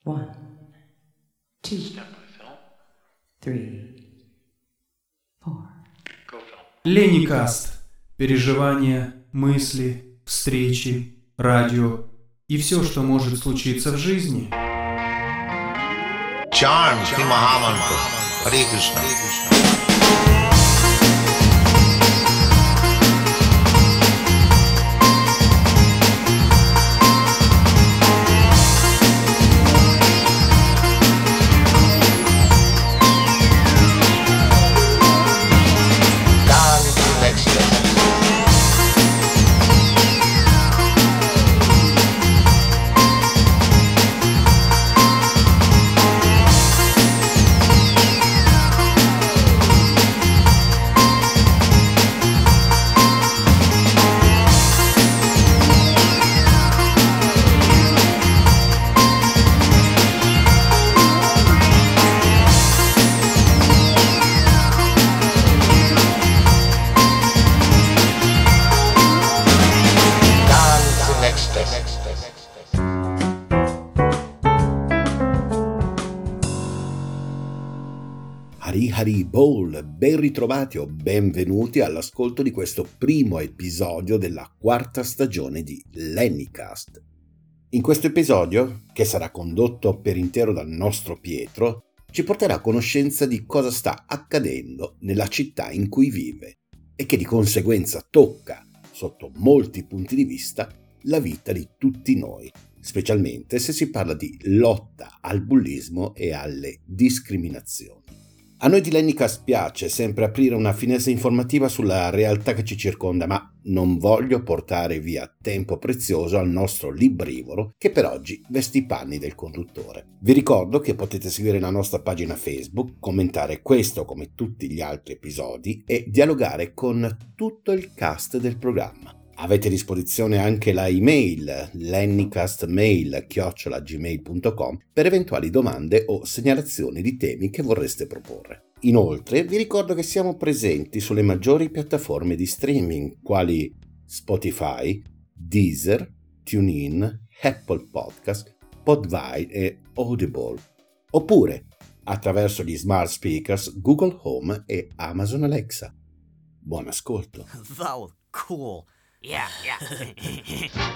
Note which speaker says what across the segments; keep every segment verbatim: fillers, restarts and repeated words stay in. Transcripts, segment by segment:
Speaker 1: One, two, three, four.
Speaker 2: Леникаст. Переживания, мысли, встречи, радио и все, что может случиться в жизни.
Speaker 3: Chant Shri Mahamantra. Hare Krishna.
Speaker 4: Hari Hari Bol, ben ritrovati o benvenuti all'ascolto di questo primo episodio della quarta stagione di Lennicast. In questo episodio, che sarà condotto per intero dal nostro Pietro, ci porterà a conoscenza di cosa sta accadendo nella città in cui vive e che di conseguenza tocca, sotto molti punti di vista, la vita di tutti noi, specialmente se si parla di lotta al bullismo e alle discriminazioni. A noi di Lennicast piace sempre aprire una finestra informativa sulla realtà che ci circonda, ma non voglio portare via tempo prezioso al nostro librivoro che per oggi veste i panni del conduttore. Vi ricordo che potete seguire la nostra pagina Facebook, commentare questo come tutti gli altri episodi e dialogare con tutto il cast del programma. Avete a disposizione anche la email lennicastmail chiocciola gmail punto com per eventuali domande o segnalazioni di temi che vorreste proporre. Inoltre vi ricordo che siamo presenti sulle maggiori piattaforme di streaming quali Spotify, Deezer, TuneIn, Apple Podcast, Podvine e Audible, oppure attraverso gli smart speakers Google Home e Amazon Alexa. Buon ascolto.
Speaker 5: That was cool. Yeah, yeah.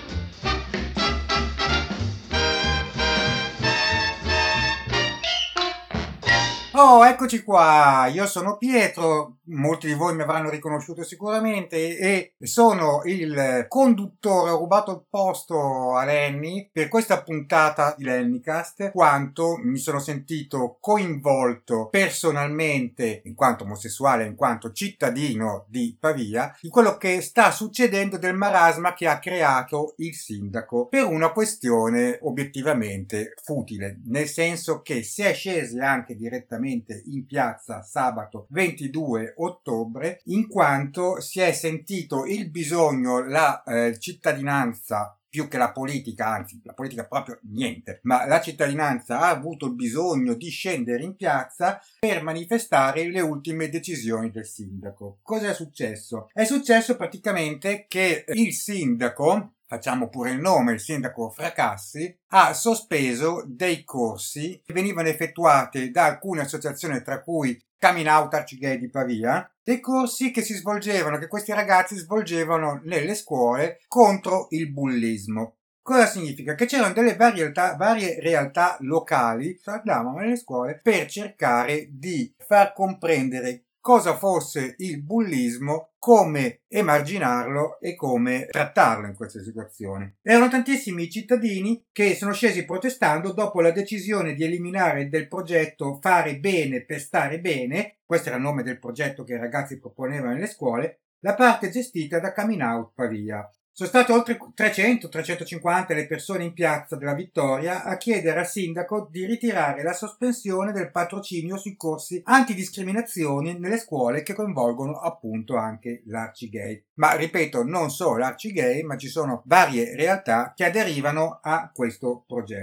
Speaker 6: Oh, eccoci qua, io sono Pietro, molti di voi mi avranno riconosciuto sicuramente e sono il conduttore, ho rubato il posto a Lenny per questa puntata di Lennicast, quanto mi sono sentito coinvolto personalmente, in quanto omosessuale, in quanto cittadino di Pavia, di quello che sta succedendo del marasma che ha creato il sindaco per una questione obiettivamente futile, nel senso che si è scesi anche direttamente in piazza sabato ventidue ottobre in quanto si è sentito il bisogno, la eh, cittadinanza più che la politica, anzi la politica proprio niente, ma la cittadinanza ha avuto il bisogno di scendere in piazza per manifestare le ultime decisioni del sindaco. Cosa è successo? È successo praticamente che il sindaco, facciamo pure il nome, il sindaco Fracassi, ha sospeso dei corsi che venivano effettuati da alcune associazioni, tra cui Coming Out Arcigay di Pavia, dei corsi che si svolgevano, che questi ragazzi svolgevano nelle scuole contro il bullismo. Cosa significa? Che c'erano delle varie realtà, varie realtà locali che andavano nelle scuole per cercare di far comprendere cosa fosse il bullismo, come emarginarlo e come trattarlo in queste situazioni. Erano tantissimi cittadini che sono scesi protestando dopo la decisione di eliminare del progetto Fare Bene per Stare Bene, questo era il nome del progetto che i ragazzi proponevano nelle scuole, la parte gestita da Coming Out Pavia. Sono state oltre trecento trecentocinquanta le persone in piazza della Vittoria a chiedere al sindaco di ritirare la sospensione del patrocinio sui corsi antidiscriminazioni nelle scuole che coinvolgono appunto anche l'Arcigay. Ma ripeto, non solo l'Arcigay, ma ci sono varie realtà che aderivano a questo progetto.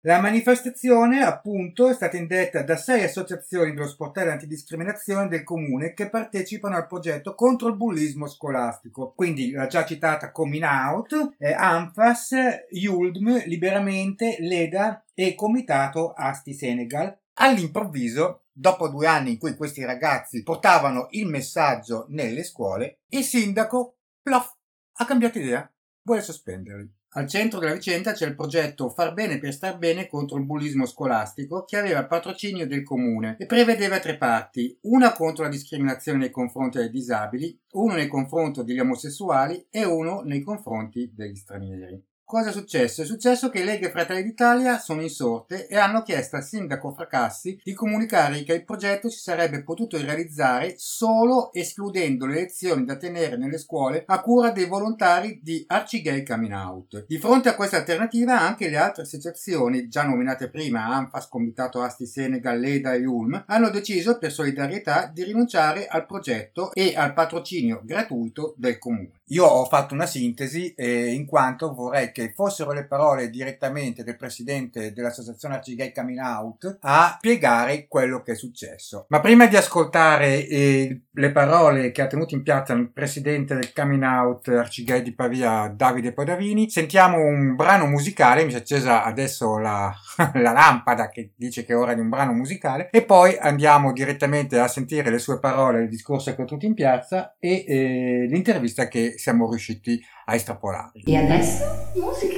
Speaker 6: La manifestazione, appunto, è stata indetta da sei associazioni dello sportello antidiscriminazione del comune che partecipano al progetto contro il bullismo scolastico. Quindi la già citata Coming Out, eh, ANFAS, I U L D M, Liberamente, Leda e Comitato Asti Senegal. All'improvviso, dopo due anni in cui questi ragazzi portavano il messaggio nelle scuole, il sindaco, plof, ha cambiato idea, vuole sospenderli. Al centro della vicenda c'è il progetto Far Bene per Star Bene contro il bullismo scolastico, che aveva il patrocinio del comune e prevedeva tre parti: una contro la discriminazione nei confronti dei disabili, uno nei confronti degli omosessuali e uno nei confronti degli stranieri. Cosa è successo? È successo che Lega e Fratelli d'Italia sono insorte e hanno chiesto al sindaco Fracassi di comunicare che il progetto si sarebbe potuto realizzare solo escludendo le lezioni da tenere nelle scuole a cura dei volontari di Arcigay Coming Out. Di fronte a questa alternativa anche le altre associazioni, già nominate prima, ANFAS, Comitato Asti Senegal, Leda e U L M, hanno deciso per solidarietà di rinunciare al progetto e al patrocinio gratuito del comune. Io ho fatto una sintesi eh, in quanto vorrei che fossero le parole direttamente del presidente dell'associazione Arcigay Coming Out a spiegare quello che è successo. Ma prima di ascoltare eh, le parole che ha tenuto in piazza il presidente del Coming Out Arcigay di Pavia, Davide Podavini, sentiamo un brano musicale. Mi si è accesa adesso la, la lampada che dice che è ora di un brano musicale, e poi andiamo direttamente a sentire le sue parole, il discorso che ha tenuto in piazza e eh, l'intervista che siamo riusciti a estrapolare.
Speaker 1: E adesso musica.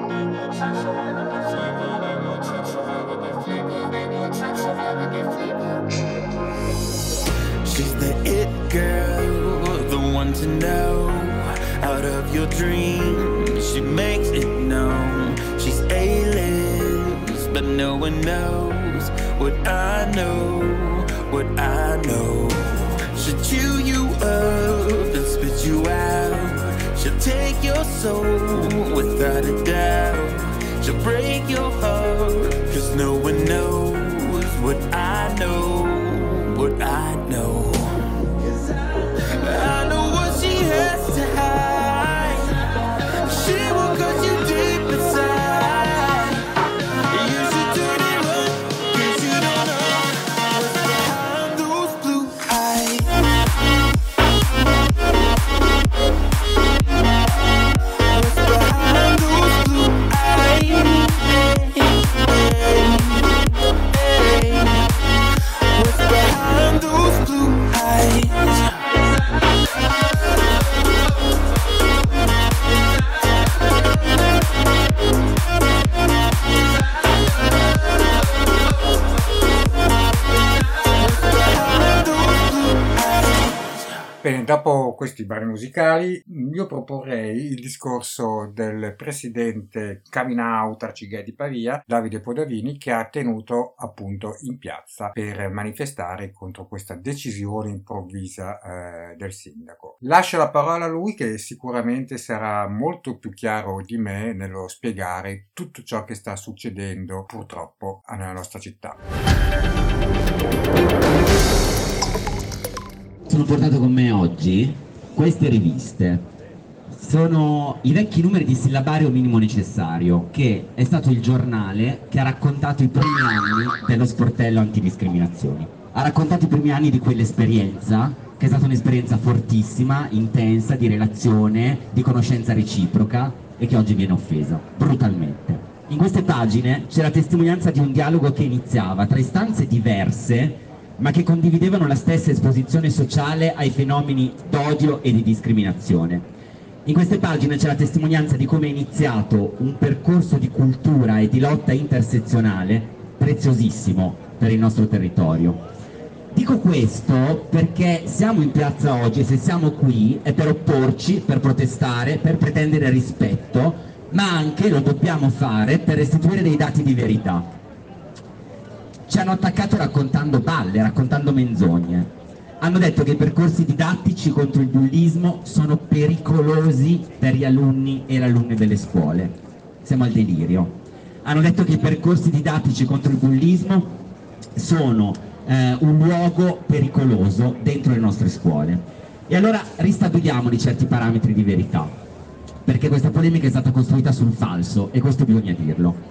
Speaker 7: She's the it girl, the one to know. Out of your dreams, she makes it known. She's A-list, but no one knows what I know, what I know. She'll chew you up and spit you out. She'll take your soul without a doubt. She'll break your heart, cause no one knows what I know, what I know. I know what she has to hide. She will cut you deep inside. You should turn it on, cause you don't know what's behind those blue eyes. What's behind those blue eyes? What's behind those blue eyes?
Speaker 6: Bene, dopo questi brani musicali io proporrei il discorso del presidente Coming Out Arcigay di Pavia, Davide Podavini, che ha tenuto appunto in piazza per manifestare contro questa decisione improvvisa eh, del sindaco. Lascio la parola a lui, che sicuramente sarà molto più chiaro di me nello spiegare tutto ciò che sta succedendo purtroppo nella nostra città.
Speaker 8: Sono portato con me oggi queste riviste. Sono i vecchi numeri di Sillabario Minimo Necessario, che è stato il giornale che ha raccontato i primi anni dello sportello antidiscriminazioni. Ha raccontato i primi anni di quell'esperienza, che è stata un'esperienza fortissima, intensa, di relazione, di conoscenza reciproca, e che oggi viene offesa, brutalmente. In queste pagine c'è la testimonianza di un dialogo che iniziava tra istanze diverse, ma che condividevano la stessa esposizione sociale ai fenomeni d'odio e di discriminazione. In queste pagine c'è la testimonianza di come è iniziato un percorso di cultura e di lotta intersezionale preziosissimo per il nostro territorio. Dico questo perché siamo in piazza oggi, e se siamo qui è per opporci, per protestare, per pretendere rispetto, ma anche lo dobbiamo fare per restituire dei dati di verità. Ci hanno attaccato raccontando balle, raccontando menzogne. Hanno detto che i percorsi didattici contro il bullismo sono pericolosi per gli alunni e le alunne delle scuole. Siamo al delirio. Hanno detto che i percorsi didattici contro il bullismo sono eh, un luogo pericoloso dentro le nostre scuole. E allora ristabiliamoli certi parametri di verità, perché questa polemica è stata costruita sul falso, e questo bisogna dirlo.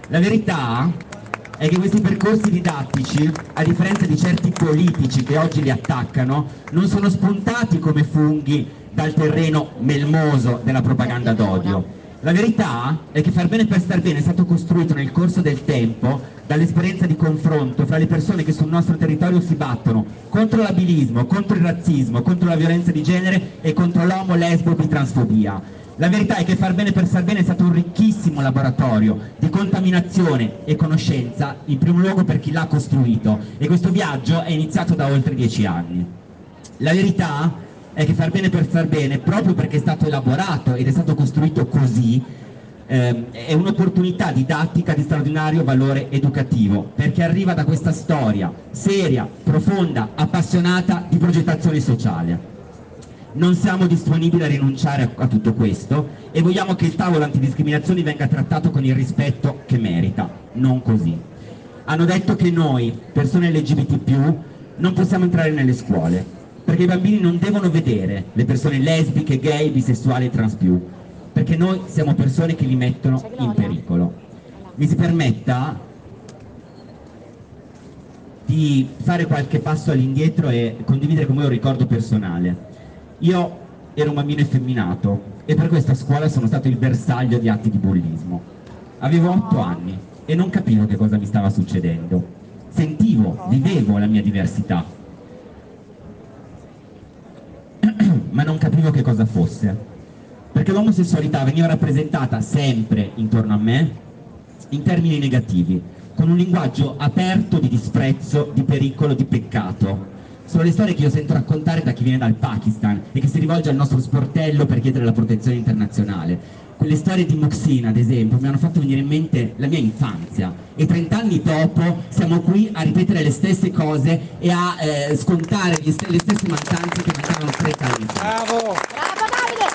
Speaker 8: La verità è che questi percorsi didattici, a differenza di certi politici che oggi li attaccano, non sono spuntati come funghi dal terreno melmoso della propaganda d'odio. La verità è che Far Bene per Star Bene è stato costruito nel corso del tempo dall'esperienza di confronto fra le persone che sul nostro territorio si battono contro l'abilismo, contro il razzismo, contro la violenza di genere e contro l'omo, lesbo, bitransfobia. La verità è che Far Bene per Star Bene è stato un ricchissimo laboratorio di contaminazione e conoscenza, in primo luogo per chi l'ha costruito, e questo viaggio è iniziato da oltre dieci anni. La verità è che Far Bene per Star Bene, proprio perché è stato elaborato ed è stato costruito così, ehm, è un'opportunità didattica di straordinario valore educativo, perché arriva da questa storia seria, profonda, appassionata di progettazione sociale. Non siamo disponibili a rinunciare a, a tutto questo e vogliamo che il tavolo antidiscriminazioni venga trattato con il rispetto che merita, non così. Hanno detto che noi, persone L G B T più, non possiamo entrare nelle scuole, perché i bambini non devono vedere le persone lesbiche, gay, bisessuali e trans più, perché noi siamo persone che li mettono in pericolo. Mi si permetta di fare qualche passo all'indietro e condividere con voi un ricordo personale. Io ero un bambino effeminato e per questo a scuola sono stato il bersaglio di atti di bullismo. Avevo otto anni e non capivo che cosa mi stava succedendo. Sentivo, vivevo la mia diversità, ma non capivo che cosa fosse, perché l'omosessualità veniva rappresentata sempre intorno a me in termini negativi, con un linguaggio aperto di disprezzo, di pericolo, di peccato. Sono le storie che io sento raccontare da chi viene dal Pakistan e che si rivolge al nostro sportello per chiedere la protezione internazionale. Quelle storie di Muhsin, ad esempio, mi hanno fatto venire in mente la mia infanzia, e trent'anni dopo siamo qui a ripetere le stesse cose e a eh, scontare gli st- le stesse mancanze che mancavano trent'anni fa.
Speaker 6: Bravo!
Speaker 1: Bravo Davide!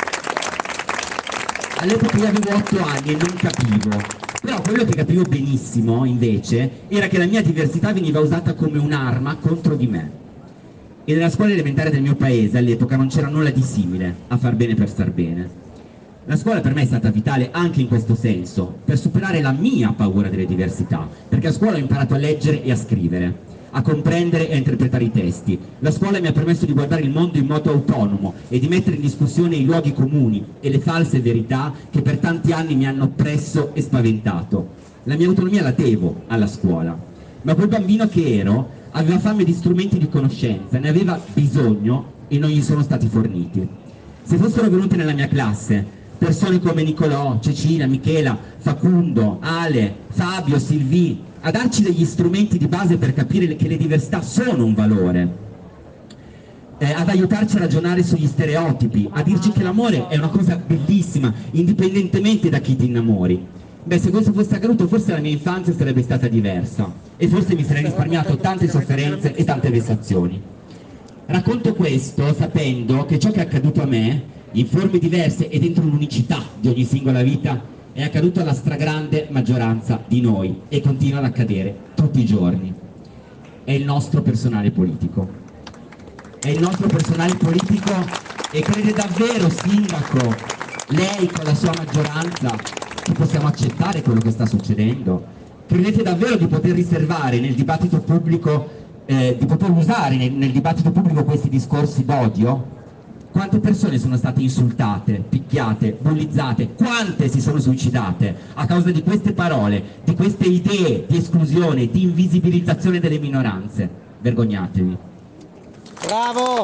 Speaker 8: All'epoca io avevo otto anni e non capivo, però quello che capivo benissimo, invece, era che la mia diversità veniva usata come un'arma contro di me. E nella scuola elementare del mio paese all'epoca non c'era nulla di simile a Far Bene per Star Bene. La scuola per me è stata vitale anche in questo senso, per superare la mia paura delle diversità, perché a scuola ho imparato a leggere e a scrivere, a comprendere e a interpretare i testi. La scuola mi ha permesso di guardare il mondo in modo autonomo e di mettere in discussione i luoghi comuni e le false verità che per tanti anni mi hanno oppresso e spaventato. La mia autonomia la devo alla scuola, ma quel bambino che ero aveva fame di strumenti di conoscenza, ne aveva bisogno e non gli sono stati forniti. Se fossero venute nella mia classe persone come Nicolò, Cecilia, Michela, Facundo, Ale, Fabio, Silvi, a darci degli strumenti di base per capire che le diversità sono un valore, eh, ad aiutarci a ragionare sugli stereotipi, a dirci che l'amore è una cosa bellissima, indipendentemente da chi ti innamori. Beh, se questo fosse accaduto, forse la mia infanzia sarebbe stata diversa e forse mi sarei risparmiato tante sofferenze e tante vessazioni. Racconto questo sapendo che ciò che è accaduto a me, in forme diverse e dentro l'unicità di ogni singola vita, è accaduto alla stragrande maggioranza di noi e continua ad accadere tutti i giorni. È il nostro personale politico. È il nostro personale politico e crede davvero, sindaco, lei con la sua maggioranza, che possiamo accettare quello che sta succedendo? Credete davvero di poter riservare nel dibattito pubblico, eh, di poter usare nel, nel dibattito pubblico questi discorsi d'odio? Quante persone sono state insultate, picchiate, bullizzate, quante si sono suicidate a causa di queste parole, di queste idee di esclusione, di invisibilizzazione delle minoranze? Vergognatevi.
Speaker 6: Bravo!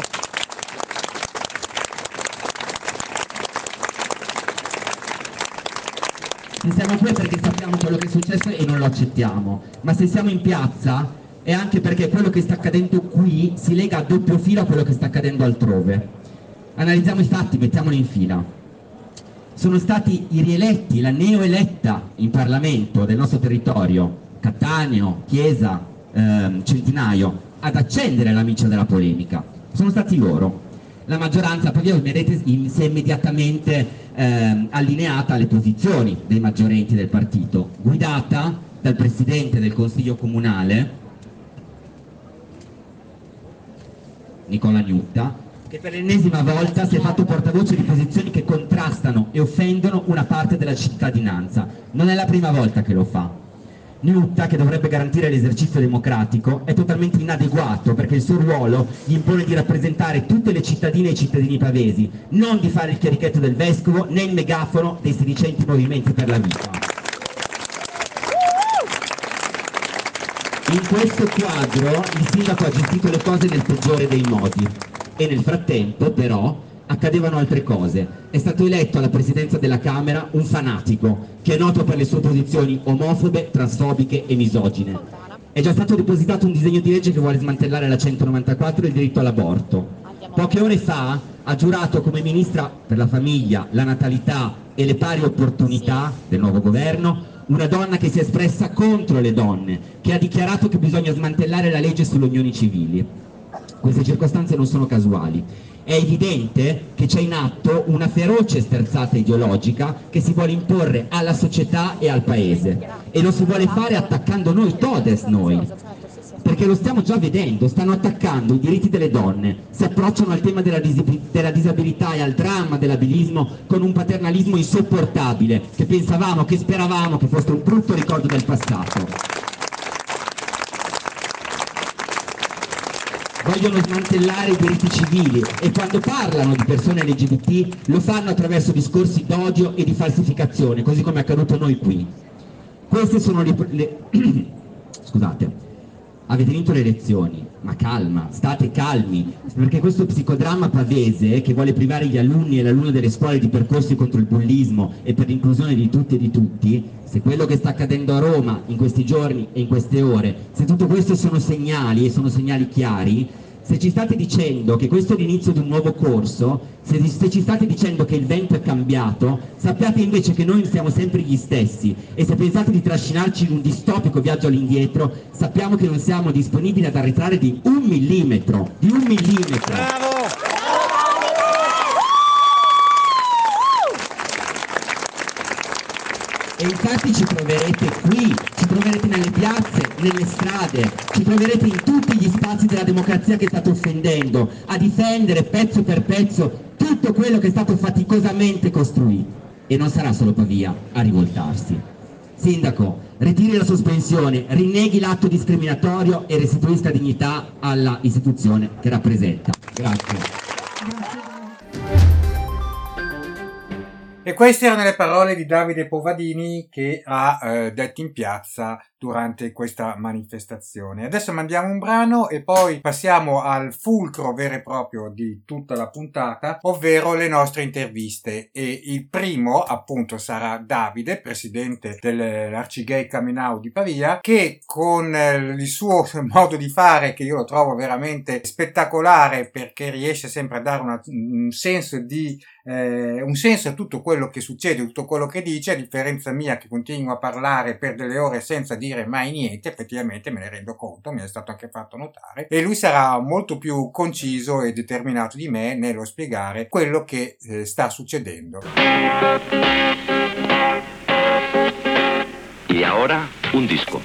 Speaker 8: Se siamo qui è perché sappiamo quello che è successo e non lo accettiamo, ma se siamo in piazza è anche perché quello che sta accadendo qui si lega a doppio filo a quello che sta accadendo altrove. Analizziamo i fatti, mettiamoli in fila. Sono stati i rieletti, la neoeletta in Parlamento del nostro territorio, Cattaneo, Chiesa, ehm, Centinaio, ad accendere la miccia della polemica. Sono stati loro. La maggioranza, poi vedete, si è immediatamente ehm, allineata alle posizioni dei maggiorenti del partito, guidata dal Presidente del Consiglio Comunale, Nicola Gnutta, che per l'ennesima volta si è fatto portavoce di posizioni che contrastano e offendono una parte della cittadinanza. Non è la prima volta che lo fa. Niutta, che dovrebbe garantire l'esercizio democratico, è totalmente inadeguato perché il suo ruolo gli impone di rappresentare tutte le cittadine e i cittadini pavesi, non di fare il chierichetto del vescovo né il megafono dei sedicenti movimenti per la vita. In questo quadro il sindaco ha gestito le cose nel peggiore dei modi e nel frattempo però accadevano altre cose. È stato eletto alla presidenza della Camera un fanatico che è noto per le sue posizioni omofobe, transfobiche e misogine. È già stato depositato un disegno di legge che vuole smantellare la centonovantaquattro e il diritto all'aborto. Poche ore fa ha giurato come ministra per la famiglia, la natalità e le pari opportunità del nuovo governo una donna che si è espressa contro le donne, che ha dichiarato che bisogna smantellare la legge sulle unioni civili. Queste circostanze non sono casuali. È evidente che c'è in atto una feroce sterzata ideologica che si vuole imporre alla società e al paese, e lo si vuole fare attaccando noi todes noi, perché lo stiamo già vedendo. Stanno attaccando i diritti delle donne, si approcciano al tema della, della disabilità e al dramma dell'abilismo con un paternalismo insopportabile che pensavamo, che speravamo che fosse un brutto ricordo del passato. Vogliono smantellare i diritti civili e quando parlano di persone L G B T lo fanno attraverso discorsi d'odio e di falsificazione, così come è accaduto a noi qui. Queste sono le... le scusate, avete vinto le elezioni, ma calma, state calmi, perché questo psicodramma pavese che vuole privare gli alunni e le alunne delle scuole di percorsi contro il bullismo e per l'inclusione di tutti e di tutti, se quello che sta accadendo a Roma in questi giorni e in queste ore, se tutto questo sono segnali e sono segnali chiari, se ci state dicendo che questo è l'inizio di un nuovo corso, se, se ci state dicendo che il vento è cambiato, sappiate invece che noi siamo sempre gli stessi e se pensate di trascinarci in un distopico viaggio all'indietro, sappiamo che non siamo disponibili ad arretrare di un millimetro, di un millimetro.
Speaker 5: Bravo!
Speaker 8: E infatti ci troverete qui, ci troverete nelle piazze, nelle strade, ci troverete in tutti gli spazi della democrazia che state offendendo, a difendere pezzo per pezzo tutto quello che è stato faticosamente costruito. E non sarà solo Pavia a rivoltarsi. Sindaco, ritiri la sospensione, rinneghi l'atto discriminatorio e restituisca dignità alla istituzione che rappresenta. Grazie.
Speaker 6: E queste erano le parole di Davide Povadini che ha eh, detto in piazza durante questa manifestazione. Adesso mandiamo un brano e poi passiamo al fulcro vero e proprio di tutta la puntata, ovvero le nostre interviste. E il primo appunto sarà Davide, presidente dell'Arcigay Camenau di Pavia, che con il suo modo di fare, che io lo trovo veramente spettacolare perché riesce sempre a dare una, un senso di eh, un senso a tutto quello che succede, tutto quello che dice, a differenza mia che continuo a parlare per delle ore senza dire mai niente. Effettivamente me ne rendo conto, mi è stato anche fatto notare, e lui sarà molto più conciso e determinato di me nello spiegare quello che eh, sta succedendo.
Speaker 9: E ora un disco.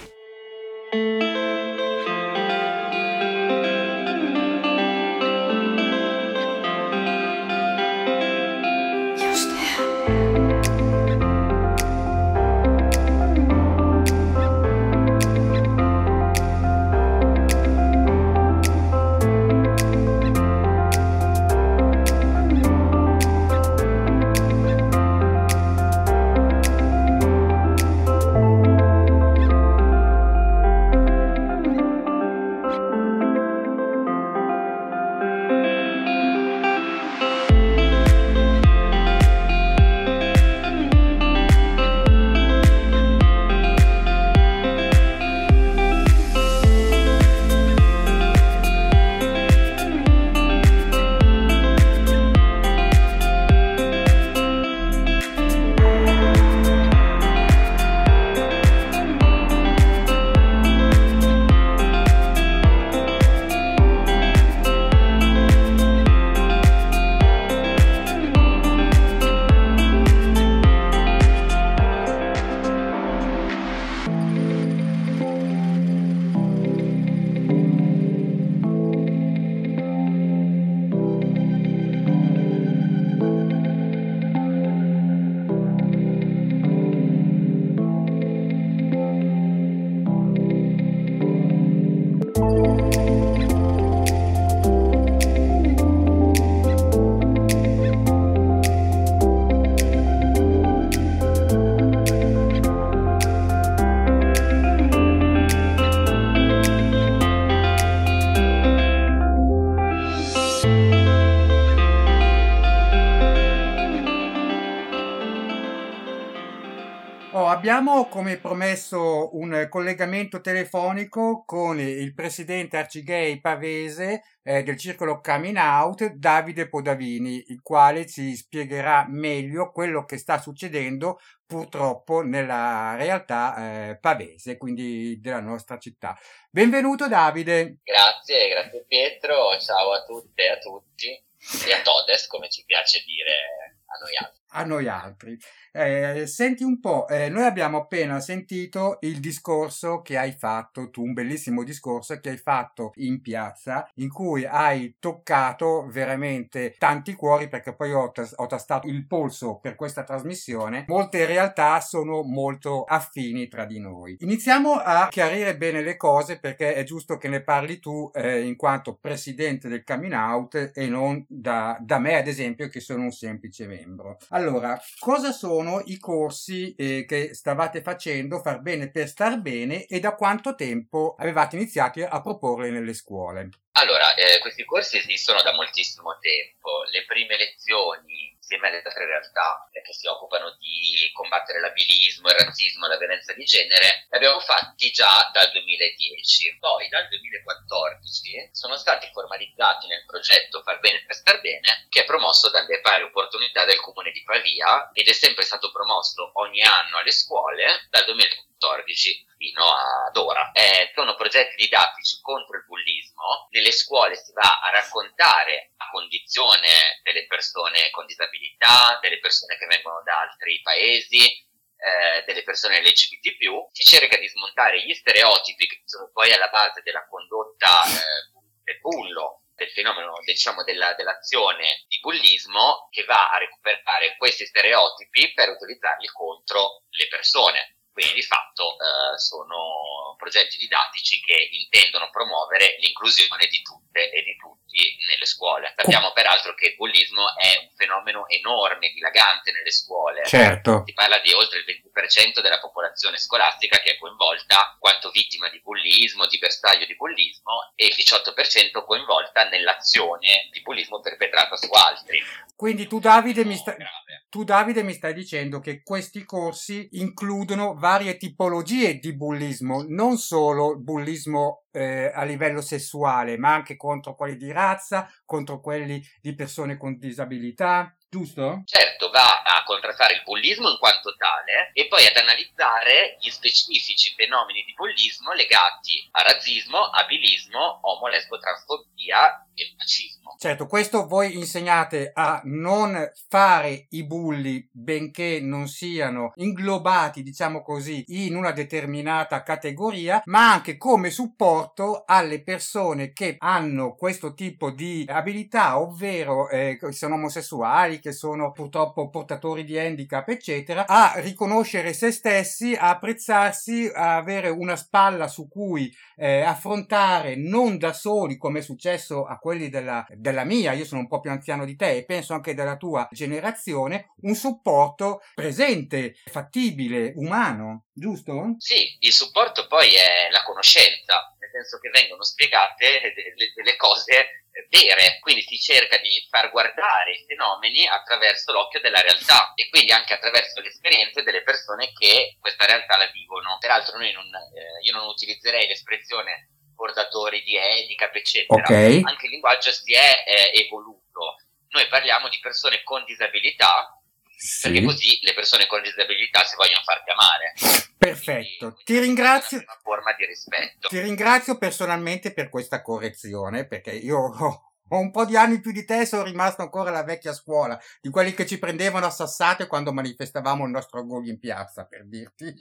Speaker 6: Abbiamo come promesso un collegamento telefonico con il presidente Arcigay Pavese eh, del circolo Coming Out, Davide Podavini, il quale ci spiegherà meglio quello che sta succedendo purtroppo nella realtà eh, pavese, quindi della nostra città. Benvenuto Davide.
Speaker 9: Grazie, grazie Pietro, ciao a tutte e a tutti e a todes, come ci piace dire a noi altri.
Speaker 6: A noi altri. Eh, senti un po', eh, noi abbiamo appena sentito il discorso che hai fatto tu, un bellissimo discorso che hai fatto in piazza, in cui hai toccato veramente tanti cuori, perché poi ho, tas- ho tastato il polso per questa trasmissione. Molte realtà sono molto affini tra di noi. Iniziamo a chiarire bene le cose, perché è giusto che ne parli tu eh, in quanto presidente del Coming Out e non da, da me, ad esempio, che sono un semplice membro. Allora, cosa sono i corsi eh, che stavate facendo, Far Bene per Star Bene, e da quanto tempo avevate iniziato a proporle nelle scuole?
Speaker 9: Allora, eh, questi corsi esistono da moltissimo tempo. Le prime lezioni, insieme alle altre realtà eh, che si occupano di combattere l'abilismo, il razzismo e la violenza di genere, li abbiamo fatti già dal duemiladieci. Poi dal duemilaquattordici sono stati formalizzati nel progetto Far Bene per Star Bene, che è promosso dalle pari opportunità del Comune di Pavia ed è sempre stato promosso ogni anno alle scuole dal duemilaquattordici fino ad ora. Eh, sono progetti didattici contro il bullismo. Nelle scuole si va a raccontare la condizione delle persone con disabilità, delle persone che vengono da altri paesi, eh, delle persone L G B T più. Si cerca di smontare gli stereotipi che sono poi alla base della condotta eh, del bullo, del fenomeno, diciamo, della, dell'azione di bullismo, che va a recuperare questi stereotipi per utilizzarli contro le persone. Quindi di fatto eh, sono progetti didattici che intendono promuovere l'inclusione di tutte e di tutti nelle scuole. Sappiamo peraltro che il bullismo è un fenomeno enorme, dilagante nelle scuole.
Speaker 6: Certo.
Speaker 9: Si parla di oltre il venti per cento della popolazione scolastica che è coinvolta quanto vittima di bullismo, di bersaglio di bullismo, e il diciotto per cento coinvolta nell'azione di bullismo perpetrata su altri.
Speaker 6: Quindi tu Davide, mi sta... tu Davide mi stai dicendo che questi corsi includono varie tipologie di bullismo, non solo bullismo eh, a livello sessuale, ma anche contro quelli di razza, contro quelli di persone con disabilità, giusto?
Speaker 9: Certo, va a contrastare il bullismo in quanto tale e poi ad analizzare gli specifici fenomeni di bullismo legati a razzismo, abilismo, omo, lesbo, transfobia e fascismo.
Speaker 6: Certo, questo voi insegnate a non fare i bulli benché non siano inglobati, diciamo così, in una determinata categoria, ma anche come supporto alle persone che hanno questo tipo di abilità, ovvero eh, che sono omosessuali, che sono purtroppo portatori di handicap, eccetera, a riconoscere se stessi, a apprezzarsi, a avere una spalla su cui eh, affrontare non da soli, come è successo a quelli della, della mia, io sono un po' più anziano di te e penso anche della tua generazione, un supporto presente, fattibile, umano, giusto?
Speaker 9: Sì, il supporto poi è la conoscenza, nel senso che vengono spiegate delle, delle cose vere, quindi si cerca di far guardare i fenomeni attraverso l'occhio della realtà e quindi anche attraverso le esperienze delle persone che questa realtà la vivono. Peraltro noi non, eh, io non utilizzerei l'espressione portatori di handicap, eccetera.
Speaker 6: Okay.
Speaker 9: Anche il linguaggio si è eh, evoluto. Noi parliamo di persone con disabilità,
Speaker 6: sì,
Speaker 9: perché così le persone con disabilità si vogliono far chiamare.
Speaker 6: Perfetto,
Speaker 9: Quindi,
Speaker 6: ti ringrazio.
Speaker 9: È una forma di rispetto.
Speaker 6: Ti ringrazio personalmente per questa correzione, perché io ho, ho un po' di anni più di te e sono rimasto ancora alla vecchia scuola, di quelli che ci prendevano a sassate quando manifestavamo il nostro orgoglio in piazza, per dirti.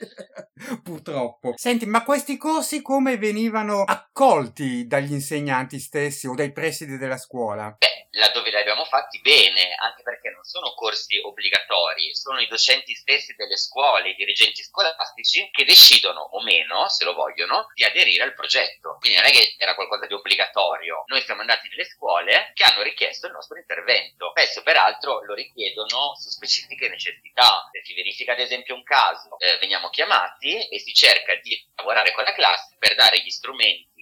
Speaker 6: Purtroppo. Senti, ma questi corsi come venivano accolti dagli insegnanti stessi o dai presidi della scuola?
Speaker 9: Beh, laddove li abbiamo fatti bene, anche perché non sono corsi obbligatori, sono i docenti stessi delle scuole, i dirigenti scolastici che decidono o meno, se lo vogliono, di aderire al progetto. Quindi non è che era qualcosa di obbligatorio. Noi siamo andati nelle scuole che hanno richiesto il nostro intervento. Spesso peraltro lo richiedono su specifiche necessità. Se si verifica ad esempio un caso, eh, veniamo chiamati e si cerca di lavorare con la classe per dare gli strumenti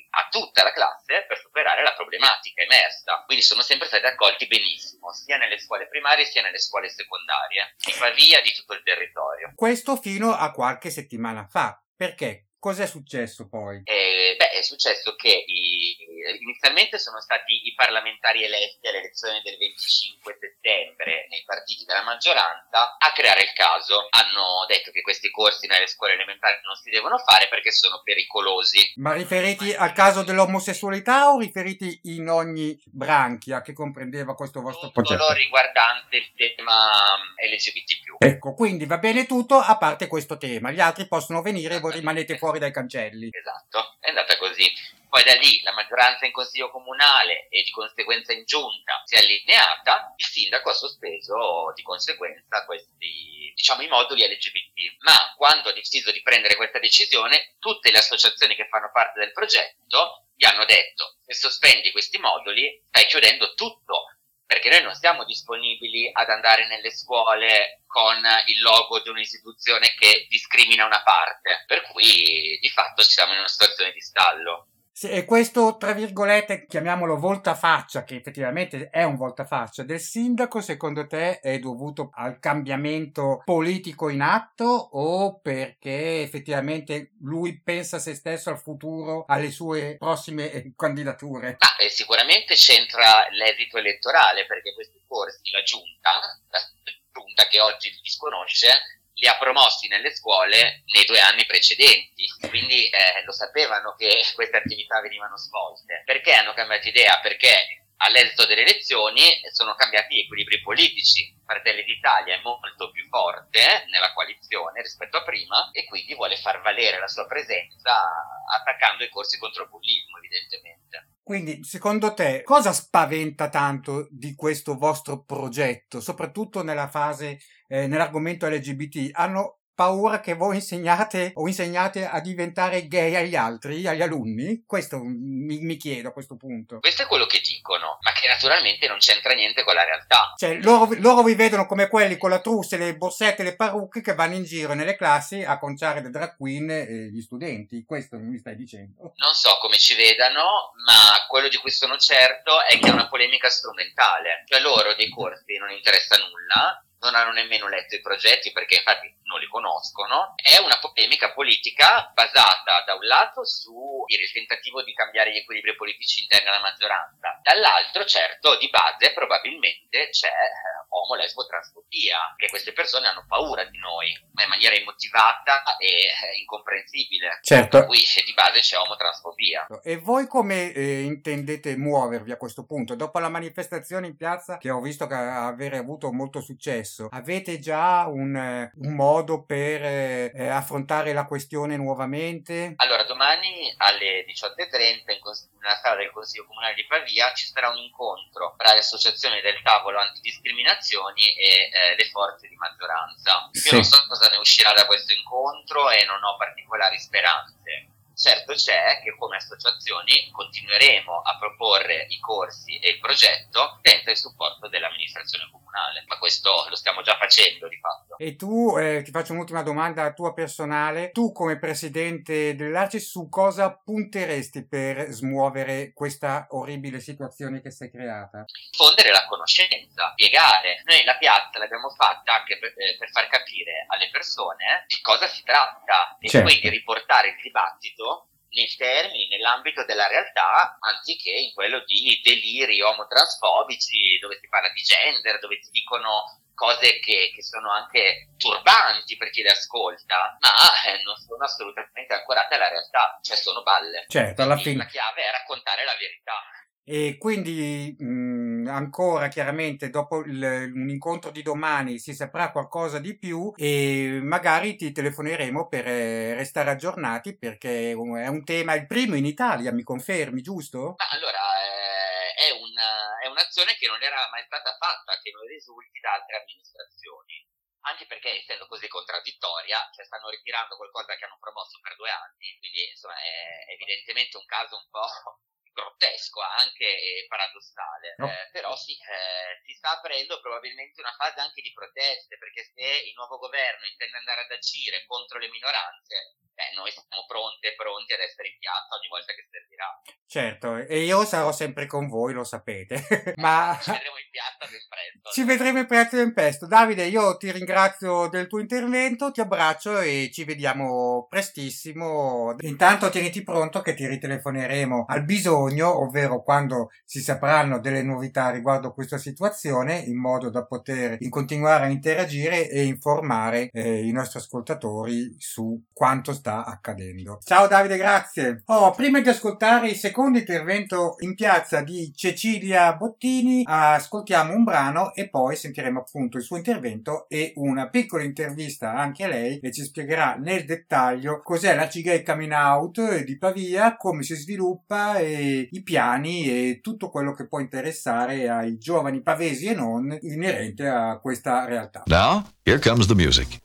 Speaker 9: a tutta la classe per superare la problematica emersa. Quindi sono sempre stati accolti benissimo, sia nelle scuole primarie sia nelle scuole secondarie, di Pavia, di tutto il territorio.
Speaker 6: Questo fino a qualche settimana fa. Perché? Cos'è successo poi?
Speaker 9: Eh, beh, è successo che i, inizialmente sono stati i parlamentari eletti alle elezioni del venticinque settembre nei partiti della maggioranza a creare il caso. Hanno detto che questi corsi nelle scuole elementari non si devono fare perché sono pericolosi.
Speaker 6: Ma riferiti al caso dell'omosessualità o riferiti in ogni branchia che comprendeva questo vostro
Speaker 9: Tutto
Speaker 6: progetto?
Speaker 9: riguardante il tema L G B T più.
Speaker 6: Ecco, quindi va bene tutto a parte questo tema. Gli altri possono venire e voi rimanete fuori dai cancelli.
Speaker 9: Esatto, è andata così. Poi da lì la maggioranza in consiglio comunale e di conseguenza in giunta si è allineata, il sindaco ha sospeso di conseguenza questi, diciamo, i moduli L G B T. Ma quando ha deciso di prendere questa decisione, tutte le associazioni che fanno parte del progetto gli hanno detto: se sospendi questi moduli stai chiudendo tutto, perché noi non siamo disponibili ad andare nelle scuole con il logo di un'istituzione che discrimina una parte, per cui di fatto siamo in una situazione di stallo.
Speaker 6: Sì, e questo, tra virgolette, chiamiamolo voltafaccia, che effettivamente è un voltafaccia, del sindaco, secondo te è dovuto al cambiamento politico in atto o perché effettivamente lui pensa a se stesso, al futuro, alle sue prossime eh, candidature?
Speaker 9: Ma eh, sicuramente c'entra l'esito elettorale, perché questi corsi la giunta, la giunta che oggi li disconosce, li ha promossi nelle scuole nei due anni precedenti, quindi eh, lo sapevano che queste attività venivano svolte. Perché hanno cambiato idea? Perché all'esito delle elezioni sono cambiati gli equilibri politici. Fratelli d'Italia è molto più forte nella coalizione rispetto a prima e quindi vuole far valere la sua presenza attaccando i corsi contro il bullismo, evidentemente.
Speaker 6: Quindi, secondo te, cosa spaventa tanto di questo vostro progetto, soprattutto nella fase, eh, nell'argomento L G B T? Hanno paura che voi insegnate o insegnate a diventare gay agli altri, agli alunni? Questo mi, mi chiedo a questo punto.
Speaker 9: Questo è quello che dicono, ma che naturalmente non c'entra niente con la realtà.
Speaker 6: Cioè, loro, loro vi vedono come quelli con la trousse, le borsette, le parrucche che vanno in giro nelle classi a conciare le drag queen e gli studenti. Questo mi stai dicendo?
Speaker 9: Non so come ci vedano, ma quello di cui sono certo è che è una polemica strumentale. Cioè loro dei corsi non interessa nulla, non hanno nemmeno letto i progetti perché infatti non li conoscono. È una polemica politica basata da un lato su il tentativo di cambiare gli equilibri politici interni alla maggioranza, dall'altro certo di base probabilmente c'è eh, omo, lesbo, transfobia, che queste persone hanno paura di noi ma in maniera immotivata e eh, incomprensibile.
Speaker 6: Certo.
Speaker 9: Per cui di base c'è omotransfobia.
Speaker 6: E voi come eh, intendete muovervi a questo punto? Dopo la manifestazione in piazza, che ho visto che avere avuto molto successo, avete già un, eh, un modo per eh, affrontare la questione nuovamente?
Speaker 9: Allora, domani alle diciotto e trenta in cons- nella sala del Consiglio Comunale di Pavia ci sarà un incontro tra le associazioni del tavolo antidiscriminazioni e eh, le forze di maggioranza. Io
Speaker 6: Sì.
Speaker 9: non so cosa ne uscirà da questo incontro e non ho particolari speranze. Certo c'è che come associazioni continueremo a proporre i corsi e il progetto senza il supporto dell'amministrazione comunale, ma questo lo stiamo già facendo di fatto.
Speaker 6: E tu, eh, ti faccio un'ultima domanda tua personale, tu come presidente dell'A C I su cosa punteresti per smuovere questa orribile situazione che si è creata?
Speaker 9: Diffondere la conoscenza, spiegare. Noi la piazza l'abbiamo fatta anche per, eh, per far capire alle persone di cosa si tratta e
Speaker 6: Certo.
Speaker 9: quindi riportare il dibattito nei termini, nell'ambito della realtà, anziché in quello di deliri omotransfobici, dove si parla di gender, dove si dicono cose che, che sono anche turbanti per chi le ascolta, ma eh, non sono assolutamente ancorate alla realtà, cioè sono balle.
Speaker 6: Certo, alla
Speaker 9: Quindi
Speaker 6: fine.
Speaker 9: la chiave è raccontare la verità.
Speaker 6: E quindi mh, ancora chiaramente dopo il, un incontro di domani si saprà qualcosa di più e magari ti telefoneremo per eh, restare aggiornati perché è un, è un tema, il primo in Italia, mi confermi, giusto?
Speaker 9: Ma allora eh, è, una, è un'azione che non era mai stata fatta, che non risulti da altre amministrazioni. Anche perché, essendo così contraddittoria, cioè stanno ritirando qualcosa che hanno promosso per due anni, quindi insomma è evidentemente un caso un po' grottesco anche e paradossale,
Speaker 6: No.
Speaker 9: eh, però sì, eh, si sta aprendo probabilmente una fase anche di proteste, perché se il nuovo governo intende andare ad agire contro le minoranze, beh, noi siamo pronte e pronti ad essere in piazza ogni volta che servirà.
Speaker 6: Certo, e io sarò sempre con voi, lo sapete. Ma
Speaker 9: ci vedremo in piazza ben presto.
Speaker 6: Ci vedremo in piazza ben presto. Davide, io ti ringrazio del tuo intervento, ti abbraccio e ci vediamo prestissimo. Intanto tieniti pronto che ti ritelefoneremo al bisogno, ovvero quando si sapranno delle novità riguardo questa situazione, in modo da poter continuare a interagire e informare eh, i nostri ascoltatori su quanto sta accadendo. Ciao Davide, grazie. Oh, prima di ascoltare il secondo intervento in piazza di Cecilia Bottini, ascoltiamo un brano e poi sentiremo appunto il suo intervento e una piccola intervista anche a lei, e ci spiegherà nel dettaglio cos'è la C Gay Coming Out di Pavia, come si sviluppa, e i piani e tutto quello che può interessare ai giovani pavesi e non inerente a questa realtà.
Speaker 10: Now, here comes the music.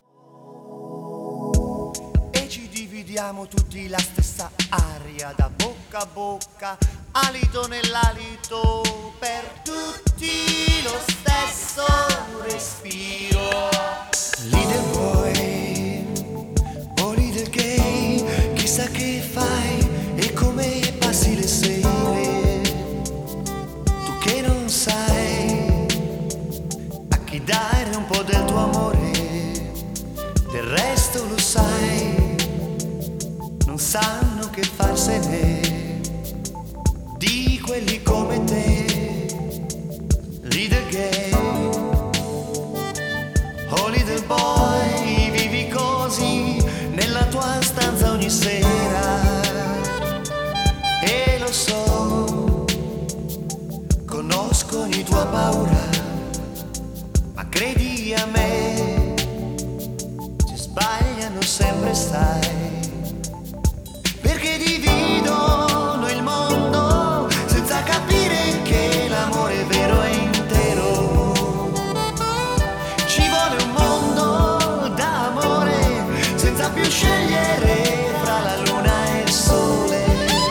Speaker 11: E ci dividiamo tutti la stessa aria, da bocca a bocca, alito nell'alito, per tutti lo stesso respiro. Little boy, oh little gay, chissà che fai e come passi le sere, tu che non sai a chi dare un po' del tuo amore, del resto lo sai, non sanno che farsene di quelli come te, little gay. Oh little boy, vivi così nella tua stanza ogni sera, e lo so, conosco ogni tua paura, ma credi a me, ci sbagliano sempre, sai, perché dividono il mondo senza capire che l'amore vero è intero. Ci vuole un mondo d'amore senza più scegliere fra la luna e il sole.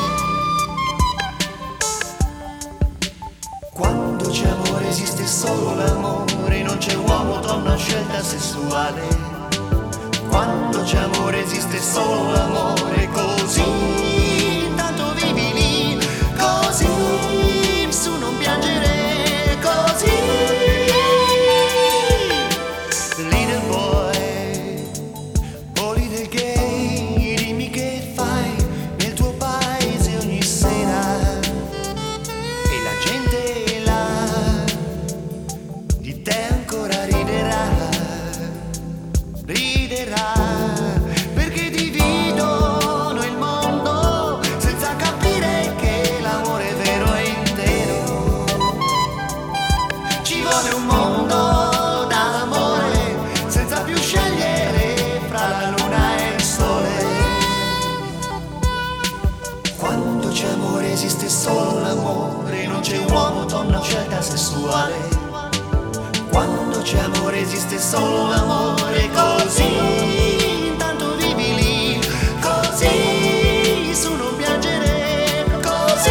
Speaker 11: Quando c'è amore esiste solo l'amore, non c'è uomo, donna, scelta sessuale. Quando c'è amore esiste solo l'amore, così intanto vivi lì, così su non piangere, così. Little boy, oh little gay, dimmi che fai nel tuo paese ogni sera, e la gente là di te ancora riderà, riderà, perché dividono il mondo senza capire che l'amore vero è intero. Ci vuole un mondo d'amore senza più scegliere fra la luna e il sole. Quando c'è amore esiste solo l'amore, non c'è uomo, donna, scelta sessuale. Quando c'è amore esiste solo l'amore, così intanto vivi lì, così su non piangere, così.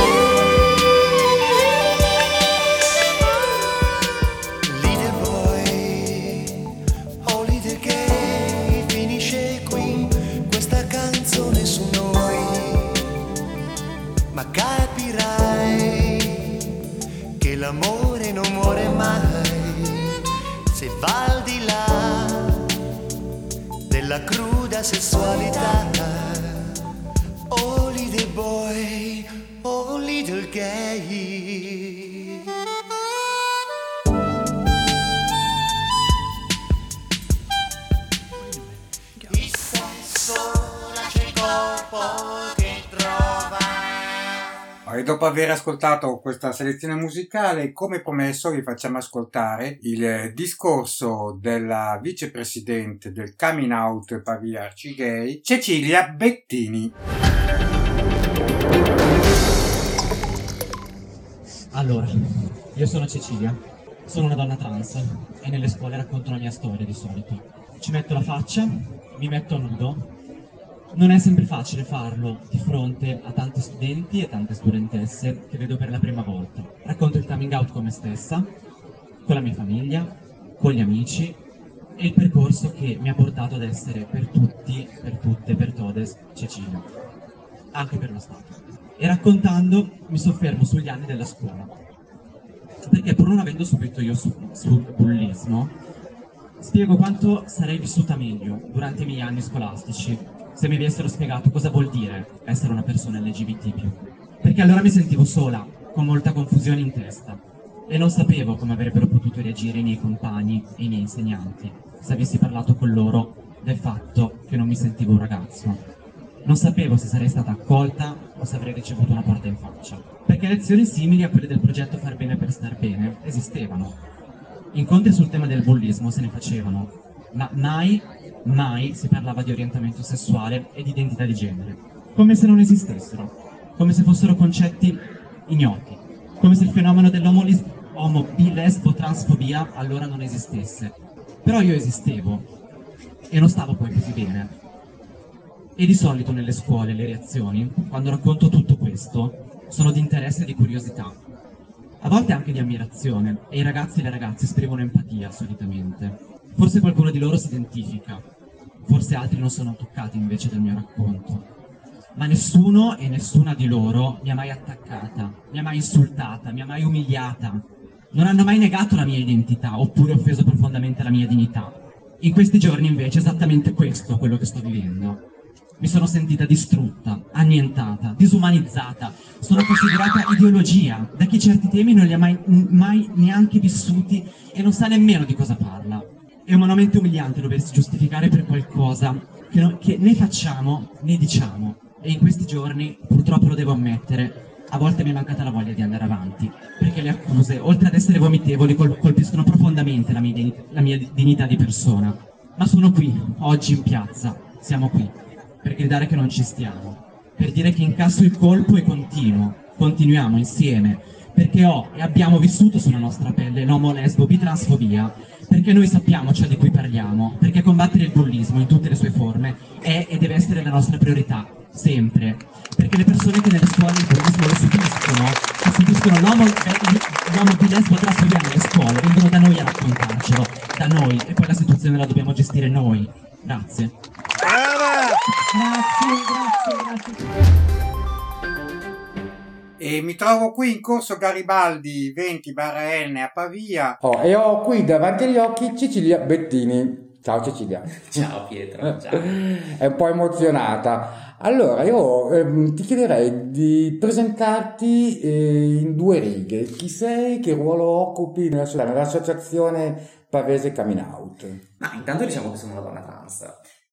Speaker 11: Little boy, oh little gay, finisce qui questa canzone su noi, ma capirai che l'amore non muore mai se va al di là della cruda sessualità. Oh little boy, oh little gay. Il sesso lascia il corpo che trova.
Speaker 6: E dopo aver ascoltato questa selezione musicale, come promesso, vi facciamo ascoltare il discorso della vicepresidente del Coming Out Pavia C Gay, Cecilia Bettini.
Speaker 12: Allora, io sono Cecilia, sono una donna trans e nelle scuole racconto la mia storia di solito. Ci metto la faccia, mi metto a nudo. Non è sempre facile farlo di fronte a tanti studenti e tante studentesse che vedo per la prima volta. Racconto il coming out con me stessa, con la mia famiglia, con gli amici, e il percorso che mi ha portato ad essere per tutti, per tutte, per todes, Cecilia, anche per lo Stato. E raccontando mi soffermo sugli anni della scuola, perché pur non avendo subito io su, sul bullismo, spiego quanto sarei vissuta meglio durante i miei anni scolastici se mi avessero spiegato cosa vuol dire essere una persona L G B T più. Perché allora mi sentivo sola, con molta confusione in testa, e non sapevo come avrebbero potuto reagire i miei compagni e i miei insegnanti se avessi parlato con loro del fatto che non mi sentivo un ragazzo. Non sapevo se sarei stata accolta o se avrei ricevuto una porta in faccia. Perché lezioni simili a quelle del progetto Far Bene per Star Bene esistevano. Incontri sul tema del bullismo se ne facevano, ma mai, mai si parlava di orientamento sessuale e di identità di genere. Come se non esistessero, come se fossero concetti ignoti, come se il fenomeno dell'omo, bi, lesbo, transfobia allora non esistesse. Però io esistevo e non stavo poi così bene. E di solito nelle scuole le reazioni, quando racconto tutto questo, sono di interesse e di curiosità. A volte anche di ammirazione, e i ragazzi e le ragazze esprimono empatia solitamente. Forse qualcuno di loro si identifica, forse altri non sono toccati invece dal mio racconto. Ma nessuno e nessuna di loro mi ha mai attaccata, mi ha mai insultata, mi ha mai umiliata. Non hanno mai negato la mia identità, oppure offeso profondamente la mia dignità. In questi giorni invece è esattamente questo quello che sto vivendo. Mi sono sentita distrutta, annientata, disumanizzata. Sono considerata ideologia da chi certi temi non li ha mai, mai neanche vissuti e non sa nemmeno di cosa parla. È umanamente umiliante doversi giustificare per qualcosa che, no, che né facciamo né diciamo. E in questi giorni, purtroppo lo devo ammettere, a volte mi è mancata la voglia di andare avanti, perché le accuse, oltre ad essere vomitevoli, col- colpiscono profondamente la mia, dignità, la mia dignità di persona. Ma sono qui, oggi in piazza, siamo qui, per gridare che non ci stiamo, per dire che incasso il colpo e continuo, continuiamo insieme, perché ho e abbiamo vissuto sulla nostra pelle l'omo, lesbo, bitransfobia, perché noi sappiamo ciò di cui parliamo, perché combattere il bullismo in tutte le sue forme è e deve essere la nostra priorità, sempre, perché le persone che nelle scuole il bullismo lo subiscono, che subiscono l'omo, l'omo bi, lesbo, transfobia nelle scuole, vengono da noi a raccontarcelo, da noi, e poi la situazione la dobbiamo gestire noi. Grazie.
Speaker 6: Grazie, grazie, grazie. E mi trovo qui in corso Garibaldi venti barra N a Pavia.
Speaker 13: Oh, e ho qui davanti agli occhi Cecilia Bettini. Ciao Cecilia.
Speaker 14: Ciao Pietro, ciao.
Speaker 13: È un po' emozionata. Allora, io ehm, ti chiederei di presentarti eh, in due righe. Chi sei, che ruolo occupi nella, nell'associazione Pavese Coming Out?
Speaker 14: Ma intanto diciamo che sono una donna trans.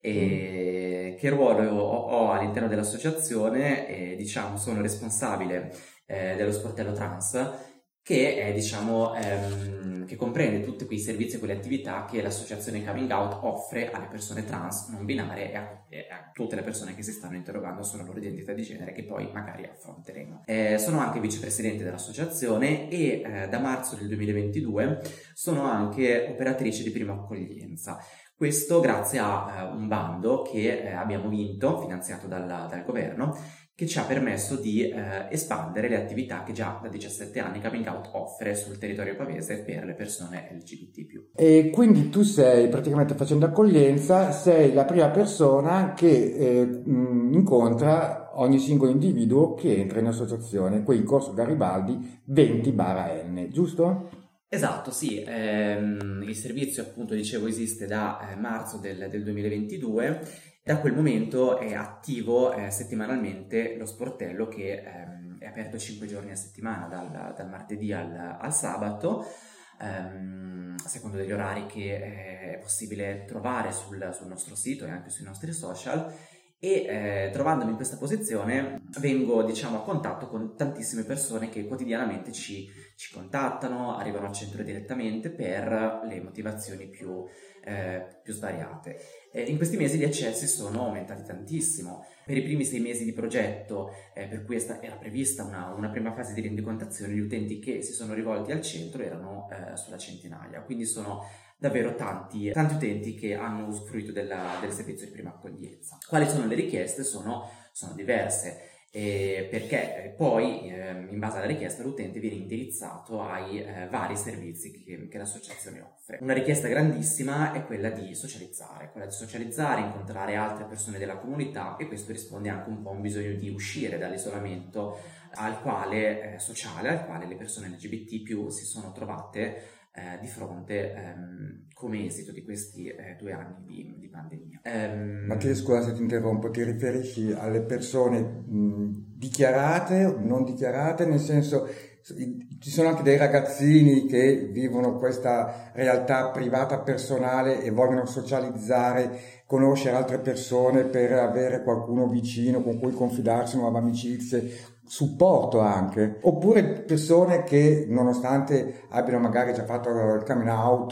Speaker 14: E che ruolo ho, ho all'interno dell'associazione? E, diciamo, sono responsabile eh, dello sportello trans, che è, diciamo, ehm, che comprende tutti quei servizi e quelle attività che l'associazione Coming Out offre alle persone trans non binarie e a, e a tutte le persone che si stanno interrogando sulla loro identità di genere, che poi magari affronteremo. Eh, sono anche vicepresidente dell'associazione e eh, da marzo del duemilaventidue sono anche operatrice di prima accoglienza. Questo grazie a uh, un bando che eh, abbiamo vinto, finanziato dal, dal governo, che ci ha permesso di eh, espandere le attività che già da diciassette anni Coming Out offre sul territorio pavese per le persone L G B T più.
Speaker 13: E quindi tu sei, praticamente facendo accoglienza, sei la prima persona che eh, mh, incontra ogni singolo individuo che entra in associazione, qui in corso Garibaldi venti barra N, giusto?
Speaker 14: Esatto, sì, ehm, il servizio appunto dicevo esiste da eh, marzo del, del duemilaventidue, da quel momento è attivo eh, settimanalmente lo sportello che ehm, è aperto cinque giorni a settimana, dal, dal martedì al, al sabato, ehm, secondo degli orari che eh, è possibile trovare sul, sul nostro sito e anche sui nostri social. E eh, trovandomi in questa posizione vengo, diciamo, a contatto con tantissime persone che quotidianamente ci, ci contattano, arrivano al centro direttamente per le motivazioni più, eh, più svariate. Eh, in questi mesi gli accessi sono aumentati tantissimo. Per i primi sei mesi di progetto, eh, per cui era prevista una, una prima fase di rendicontazione, gli utenti che si sono rivolti al centro erano eh, sulla centinaia, quindi sono davvero tanti, tanti utenti che hanno usufruito della, del servizio di prima accoglienza. Quali sono le richieste? Sono, sono diverse. Eh, perché eh, poi eh, in base alla richiesta l'utente viene indirizzato ai eh, vari servizi che, che l'associazione offre. Una richiesta grandissima è quella di socializzare, quella di socializzare, incontrare altre persone della comunità, e questo risponde anche un po' a un bisogno di uscire dall'isolamento al quale, eh, sociale al quale le persone L G B T più si sono trovate Eh, di fronte ehm, come esito di questi eh, due anni di, di pandemia. Ehm...
Speaker 13: Mattia, scusa se ti interrompo, ti riferisci alle persone mh, dichiarate o non dichiarate, nel senso ci sono anche dei ragazzini che vivono questa realtà privata personale e vogliono socializzare, conoscere altre persone per avere qualcuno vicino con cui confidarsi, nuove amicizie, supporto anche, oppure persone che nonostante abbiano magari già fatto il coming out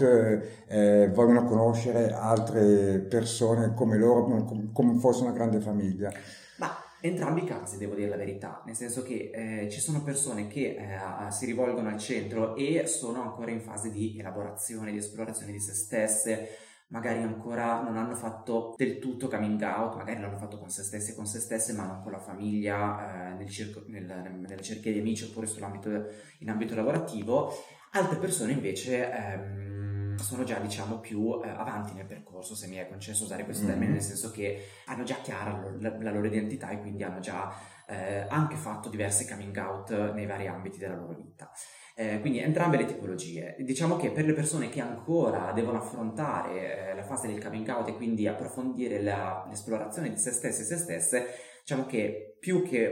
Speaker 13: eh, vogliono conoscere altre persone come loro, come fosse una grande famiglia.
Speaker 14: Ma entrambi i casi, devo dire la verità, nel senso che eh, ci sono persone che eh, si rivolgono al centro e sono ancora in fase di elaborazione, di esplorazione di se stesse, magari ancora non hanno fatto del tutto coming out, magari l'hanno fatto con se stessi e con se stesse, ma non con la famiglia, eh, nel circo, nel, nella cerchia di amici oppure sull'ambito, in ambito lavorativo. Altre persone invece ehm, sono già, diciamo, più eh, avanti nel percorso, se mi è concesso usare questo mm-hmm. termine, nel senso che hanno già chiara la, la loro identità e quindi hanno già eh, anche fatto diversi coming out nei vari ambiti della loro vita. Eh, quindi entrambe le tipologie. Diciamo che per le persone che ancora devono affrontare eh, la fase del coming out e quindi approfondire la, l'esplorazione di se stessi e se stesse, diciamo che più che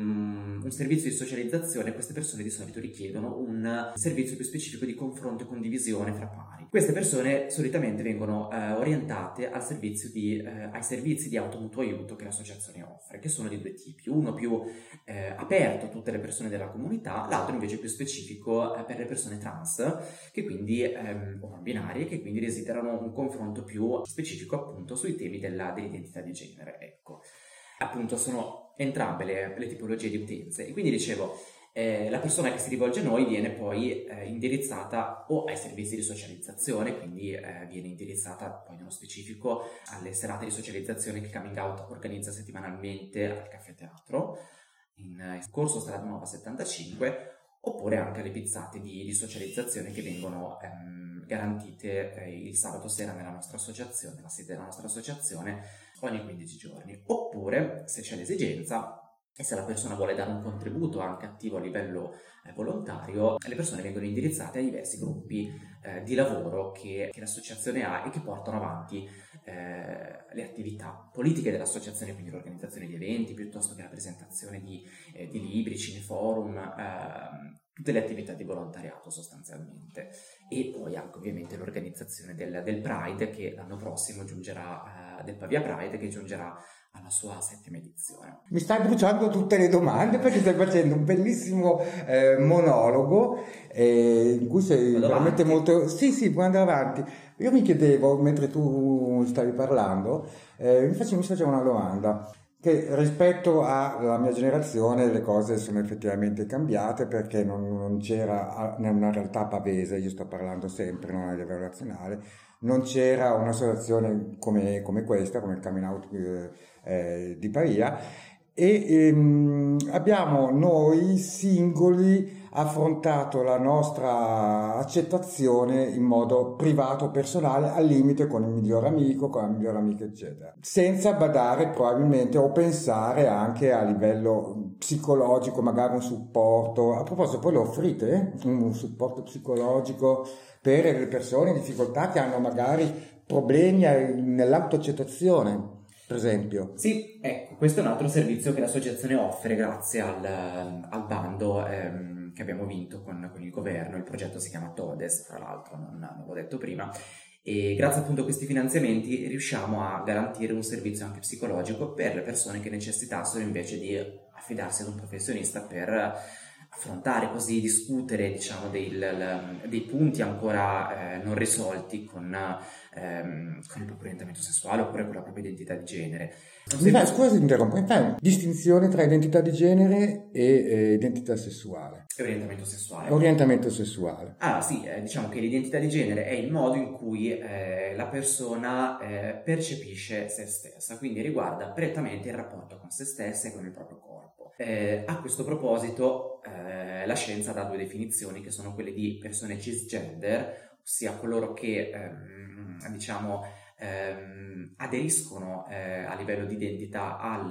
Speaker 14: um, un servizio di socializzazione, queste persone di solito richiedono un servizio più specifico di confronto e condivisione fra pari. Queste persone solitamente vengono eh, orientate al servizio di, eh, ai servizi di automutuo aiuto che l'associazione offre, che sono di due tipi: uno più eh, aperto a tutte le persone della comunità, l'altro invece più specifico eh, per le persone trans, che quindi ehm, o non binarie, che quindi desiderano un confronto più specifico appunto sui temi della, dell'identità di genere. Ecco, appunto sono entrambe le, le tipologie di utenze, e quindi dicevo eh, la persona che si rivolge a noi viene poi eh, indirizzata o ai servizi di socializzazione, quindi eh, viene indirizzata poi nello specifico alle serate di socializzazione che Coming Out organizza settimanalmente al Caffè Teatro in, in corso Strada Nuova settantacinque, oppure anche alle pizzate di, di socializzazione che vengono ehm, garantite eh, il sabato sera nella nostra associazione, la sede della nostra associazione, ogni quindici giorni. Oppure, se c'è l'esigenza e se la persona vuole dare un contributo anche attivo a livello eh, volontario, le persone vengono indirizzate a diversi gruppi eh, di lavoro che, che l'associazione ha e che portano avanti eh, le attività politiche dell'associazione, quindi l'organizzazione di eventi, piuttosto che la presentazione di, eh, di libri, cineforum, eh, tutte le attività di volontariato sostanzialmente. E poi anche ovviamente l'organizzazione del, del Pride, che l'anno prossimo giungerà, eh, del Pavia Pride, che giungerà alla sua settima edizione.
Speaker 13: Mi stai bruciando tutte le domande perché stai facendo un bellissimo eh, monologo eh, in cui sei
Speaker 14: Vado
Speaker 13: veramente
Speaker 14: avanti.
Speaker 13: molto... Sì, sì, puoi andare avanti. Io mi chiedevo, mentre tu stavi parlando, eh, mi facevo, mi facevo una domanda. Che rispetto alla mia generazione le cose sono effettivamente cambiate, perché non, non c'era una realtà pavese, io sto parlando sempre non a livello nazionale, non c'era un'associazione come, come questa, come il Coming Out eh, eh, di Pavia, e ehm, abbiamo noi singoli affrontato la nostra accettazione in modo privato, personale, al limite con il miglior amico, con la migliore amica, eccetera, senza badare probabilmente o pensare anche a livello psicologico, magari un supporto. A proposito, poi lo offrite, eh? un supporto psicologico per le persone in difficoltà che hanno magari problemi nell'autoaccettazione, per esempio?
Speaker 14: Sì, ecco, questo è un altro servizio che l'associazione offre grazie al, al bando ehm, che abbiamo vinto con, con il governo. Il progetto si chiama TODES, tra l'altro, non, non l'ho detto prima, e grazie appunto a questi finanziamenti riusciamo a garantire un servizio anche psicologico per le persone che necessitassero invece di affidarsi ad un professionista per affrontare, così discutere, diciamo, dei, dei punti ancora eh, non risolti con, ehm, con il proprio orientamento sessuale oppure con la propria identità di genere.
Speaker 13: Mi fai, scusa se ti interrompo, mi fai una distinzione tra identità di genere e eh, identità sessuale?
Speaker 14: E orientamento sessuale.
Speaker 13: Orientamento sessuale.
Speaker 14: Ah sì, eh, diciamo che l'identità di genere è il modo in cui eh, la persona eh, percepisce se stessa, quindi riguarda prettamente il rapporto con se stessa e con il proprio corpo. Eh, a questo proposito eh, la scienza dà due definizioni, che sono quelle di persone cisgender, ossia coloro che ehm, diciamo ehm, aderiscono eh, a livello di identità al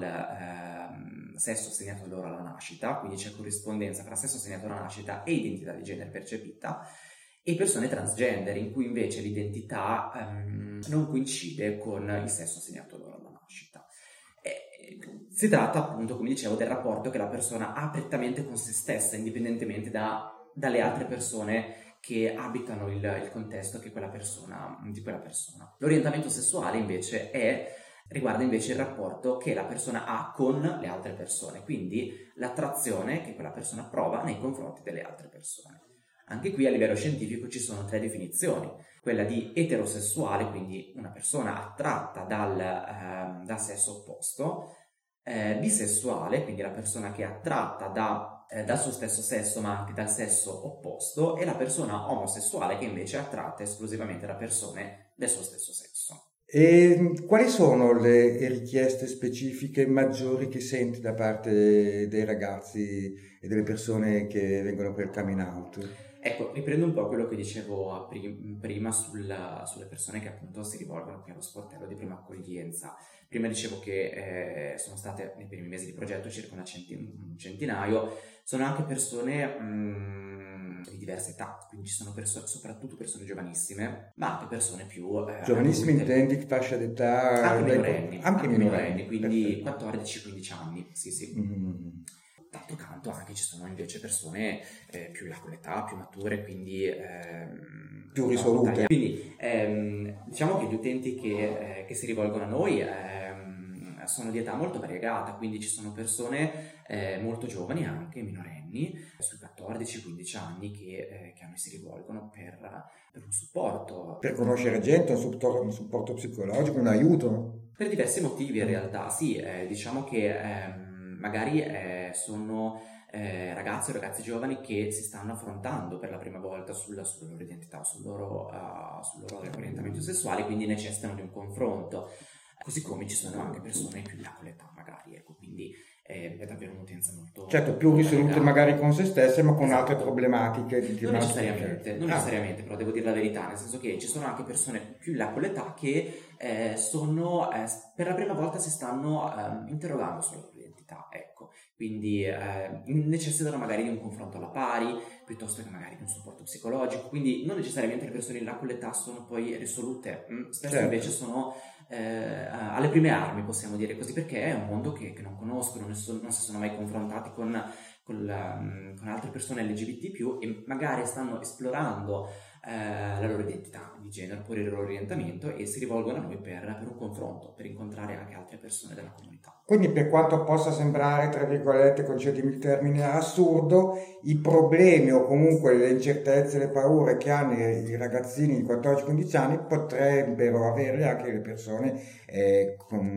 Speaker 14: ehm, sesso assegnato loro alla nascita, quindi c'è corrispondenza tra sesso assegnato alla nascita e identità di genere percepita, e persone transgender in cui invece l'identità ehm, non coincide con il sesso assegnato loro alla nascita. E, si tratta appunto, come dicevo, del rapporto che la persona ha prettamente con se stessa, indipendentemente da, dalle altre persone che abitano il, il contesto che quella persona, di quella persona. L'orientamento sessuale invece è, riguarda invece il rapporto che la persona ha con le altre persone, quindi l'attrazione che quella persona prova nei confronti delle altre persone. Anche qui a livello scientifico ci sono tre definizioni: quella di eterosessuale, quindi una persona attratta dal, eh, dal sesso opposto, eh, bisessuale, quindi la persona che è attratta da, eh, dal suo stesso sesso ma anche dal sesso opposto, e la persona omosessuale che invece è attratta esclusivamente da persone del suo stesso sesso.
Speaker 13: E quali sono le richieste specifiche maggiori che senti da parte dei ragazzi e delle persone che vengono per il coming out?
Speaker 14: Ecco, riprendo un po' quello che dicevo prima sulla, sulle persone che appunto si rivolgono qui allo sportello di prima accoglienza. Prima dicevo che eh, sono state nei primi mesi di progetto circa una centi- un centinaio, sono anche persone mh, di diverse età, quindi ci sono persone, soprattutto persone giovanissime, ma anche persone più... Eh,
Speaker 13: giovanissime intendi fascia d'età?
Speaker 14: Anche minorenni, anche,
Speaker 13: anche
Speaker 14: minorenni,
Speaker 13: minorenni,
Speaker 14: quindi
Speaker 13: perfetto.
Speaker 14: quattordici quindici anni, sì sì. Mm-hmm. D'altro canto anche ci sono invece persone eh, più là con l'età, più mature, quindi ehm,
Speaker 13: più risolute.
Speaker 14: Quindi ehm, diciamo che gli utenti che, eh, che si rivolgono a noi ehm, sono di età molto variegata, quindi ci sono persone eh, molto giovani, anche minorenni, sui quattordici quindici anni, che, eh, che a noi si rivolgono per, per un supporto.
Speaker 13: Per conoscere gente, un supporto, un supporto psicologico, un aiuto?
Speaker 14: Per diversi motivi in realtà, sì, eh, diciamo che... Ehm, magari eh, sono eh, ragazzi o ragazzi giovani che si stanno affrontando per la prima volta sulla, sulla loro identità, sul loro, uh, sul loro orientamento sessuale, quindi necessitano di un confronto. Così come ci sono anche persone più in là con l'età, magari, ecco, quindi eh, è davvero un'utenza molto...
Speaker 13: Certo, più risolute magari con se stesse, ma con esatto. altre problematiche. Di
Speaker 14: non necessariamente, non
Speaker 13: ah.
Speaker 14: necessariamente, però devo dire la verità, nel senso che ci sono anche persone più in là con l'età che eh, sono, eh, per la prima volta si stanno eh, interrogando sulla loro identità, ecco, quindi eh, necessitano magari di un confronto alla pari, piuttosto che magari di un supporto psicologico, quindi non necessariamente le persone in là con l'età sono poi risolute, spesso certo. invece sono... Eh, alle prime armi, possiamo dire così, perché è un mondo che, che non conoscono, non, so, non si sono mai confrontati con, con, la, con altre persone L G B T più, e magari stanno esplorando eh, la loro identità di genere oppure il loro orientamento, e si rivolgono a noi per, per un confronto, per incontrare anche altre persone della comunità.
Speaker 13: Quindi, per quanto possa sembrare, tra virgolette, concedimi il termine, assurdo, i problemi o comunque le incertezze, le paure che hanno i ragazzini di quattordici quindici anni potrebbero avere anche le persone eh, con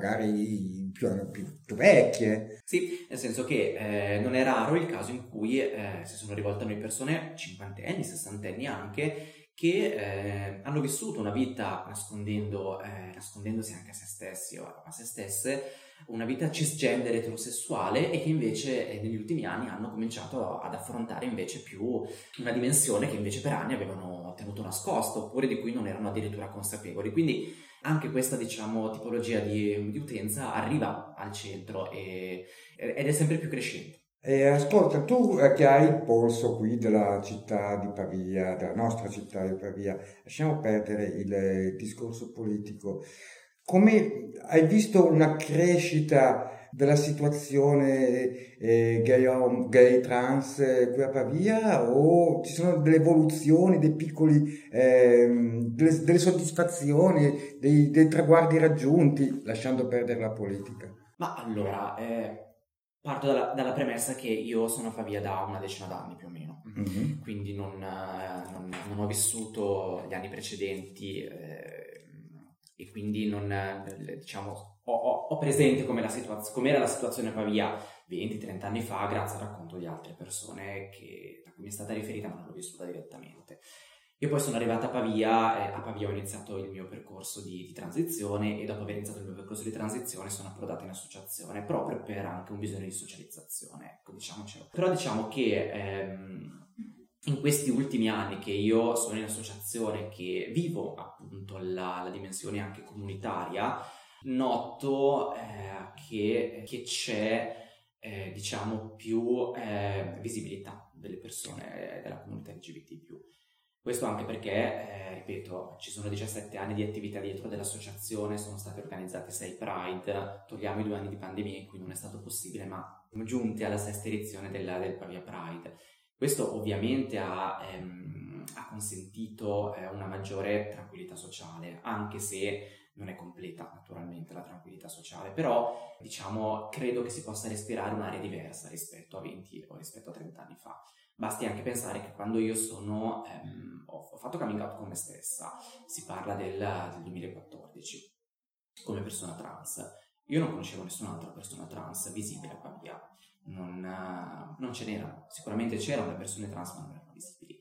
Speaker 13: magari più, più, più vecchie.
Speaker 14: Sì, nel senso che eh, non è raro il caso in cui eh, si sono rivolte a noi persone cinquantenni, sessantenni anche, che eh, hanno vissuto una vita nascondendo, eh, nascondendosi anche a se stessi o a se stesse, una vita cisgender eterosessuale, e che invece eh, negli ultimi anni hanno cominciato ad affrontare invece più una dimensione che invece per anni avevano tenuto nascosta, oppure di cui non erano addirittura consapevoli. Quindi anche questa, diciamo, tipologia di, di utenza arriva al centro e, ed è sempre più crescente.
Speaker 13: E ascolta, tu che hai il polso qui della città di Pavia, della nostra città di Pavia, lasciamo perdere il discorso politico. Come hai visto una crescita della situazione eh, gay, gay trans eh, qui a Pavia, o ci sono delle evoluzioni, dei piccoli, eh, delle, delle soddisfazioni, dei, dei traguardi raggiunti, lasciando perdere la politica?
Speaker 14: Ma allora, eh, parto dalla, dalla premessa che io sono a Pavia da una decina d'anni più o meno, mm-hmm. quindi non, eh, non, non ho vissuto gli anni precedenti, eh, e quindi non, diciamo, ho, ho, ho presente come la situaz- com'era la situazione a Pavia venti trenta anni fa, grazie al racconto di altre persone che, a cui mi è stata riferita, ma non l'ho vissuta direttamente. Io poi sono arrivata a Pavia, e a Pavia ho iniziato il mio percorso di, di transizione, e dopo aver iniziato il mio percorso di transizione sono approdata in associazione, proprio per anche un bisogno di socializzazione, ecco, diciamocelo. Però diciamo che ehm, in questi ultimi anni che io sono in associazione, che vivo appunto la, la dimensione anche comunitaria, noto eh, che, che c'è eh, diciamo più eh, visibilità delle persone eh, della comunità L G B T più. Questo anche perché, eh, ripeto, ci sono diciassette anni di attività dietro dell'associazione, sono state organizzate sei Pride, togliamo i due anni di pandemia in cui non è stato possibile, ma siamo giunti alla sesta edizione del, del Pavia Pride. Questo ovviamente ha, ehm, ha consentito eh, una maggiore tranquillità sociale, anche se non è completa naturalmente la tranquillità sociale, però diciamo credo che si possa respirare un'aria diversa rispetto a venti o rispetto a trenta anni fa. Basti anche pensare che quando io sono, ehm, ho, ho fatto coming out con me stessa, si parla del, del duemilaquattordici, come persona trans, io non conoscevo nessun'altra persona trans visibile a Pavia, non, non ce n'erano, sicuramente c'erano le persone trans ma non erano visibili.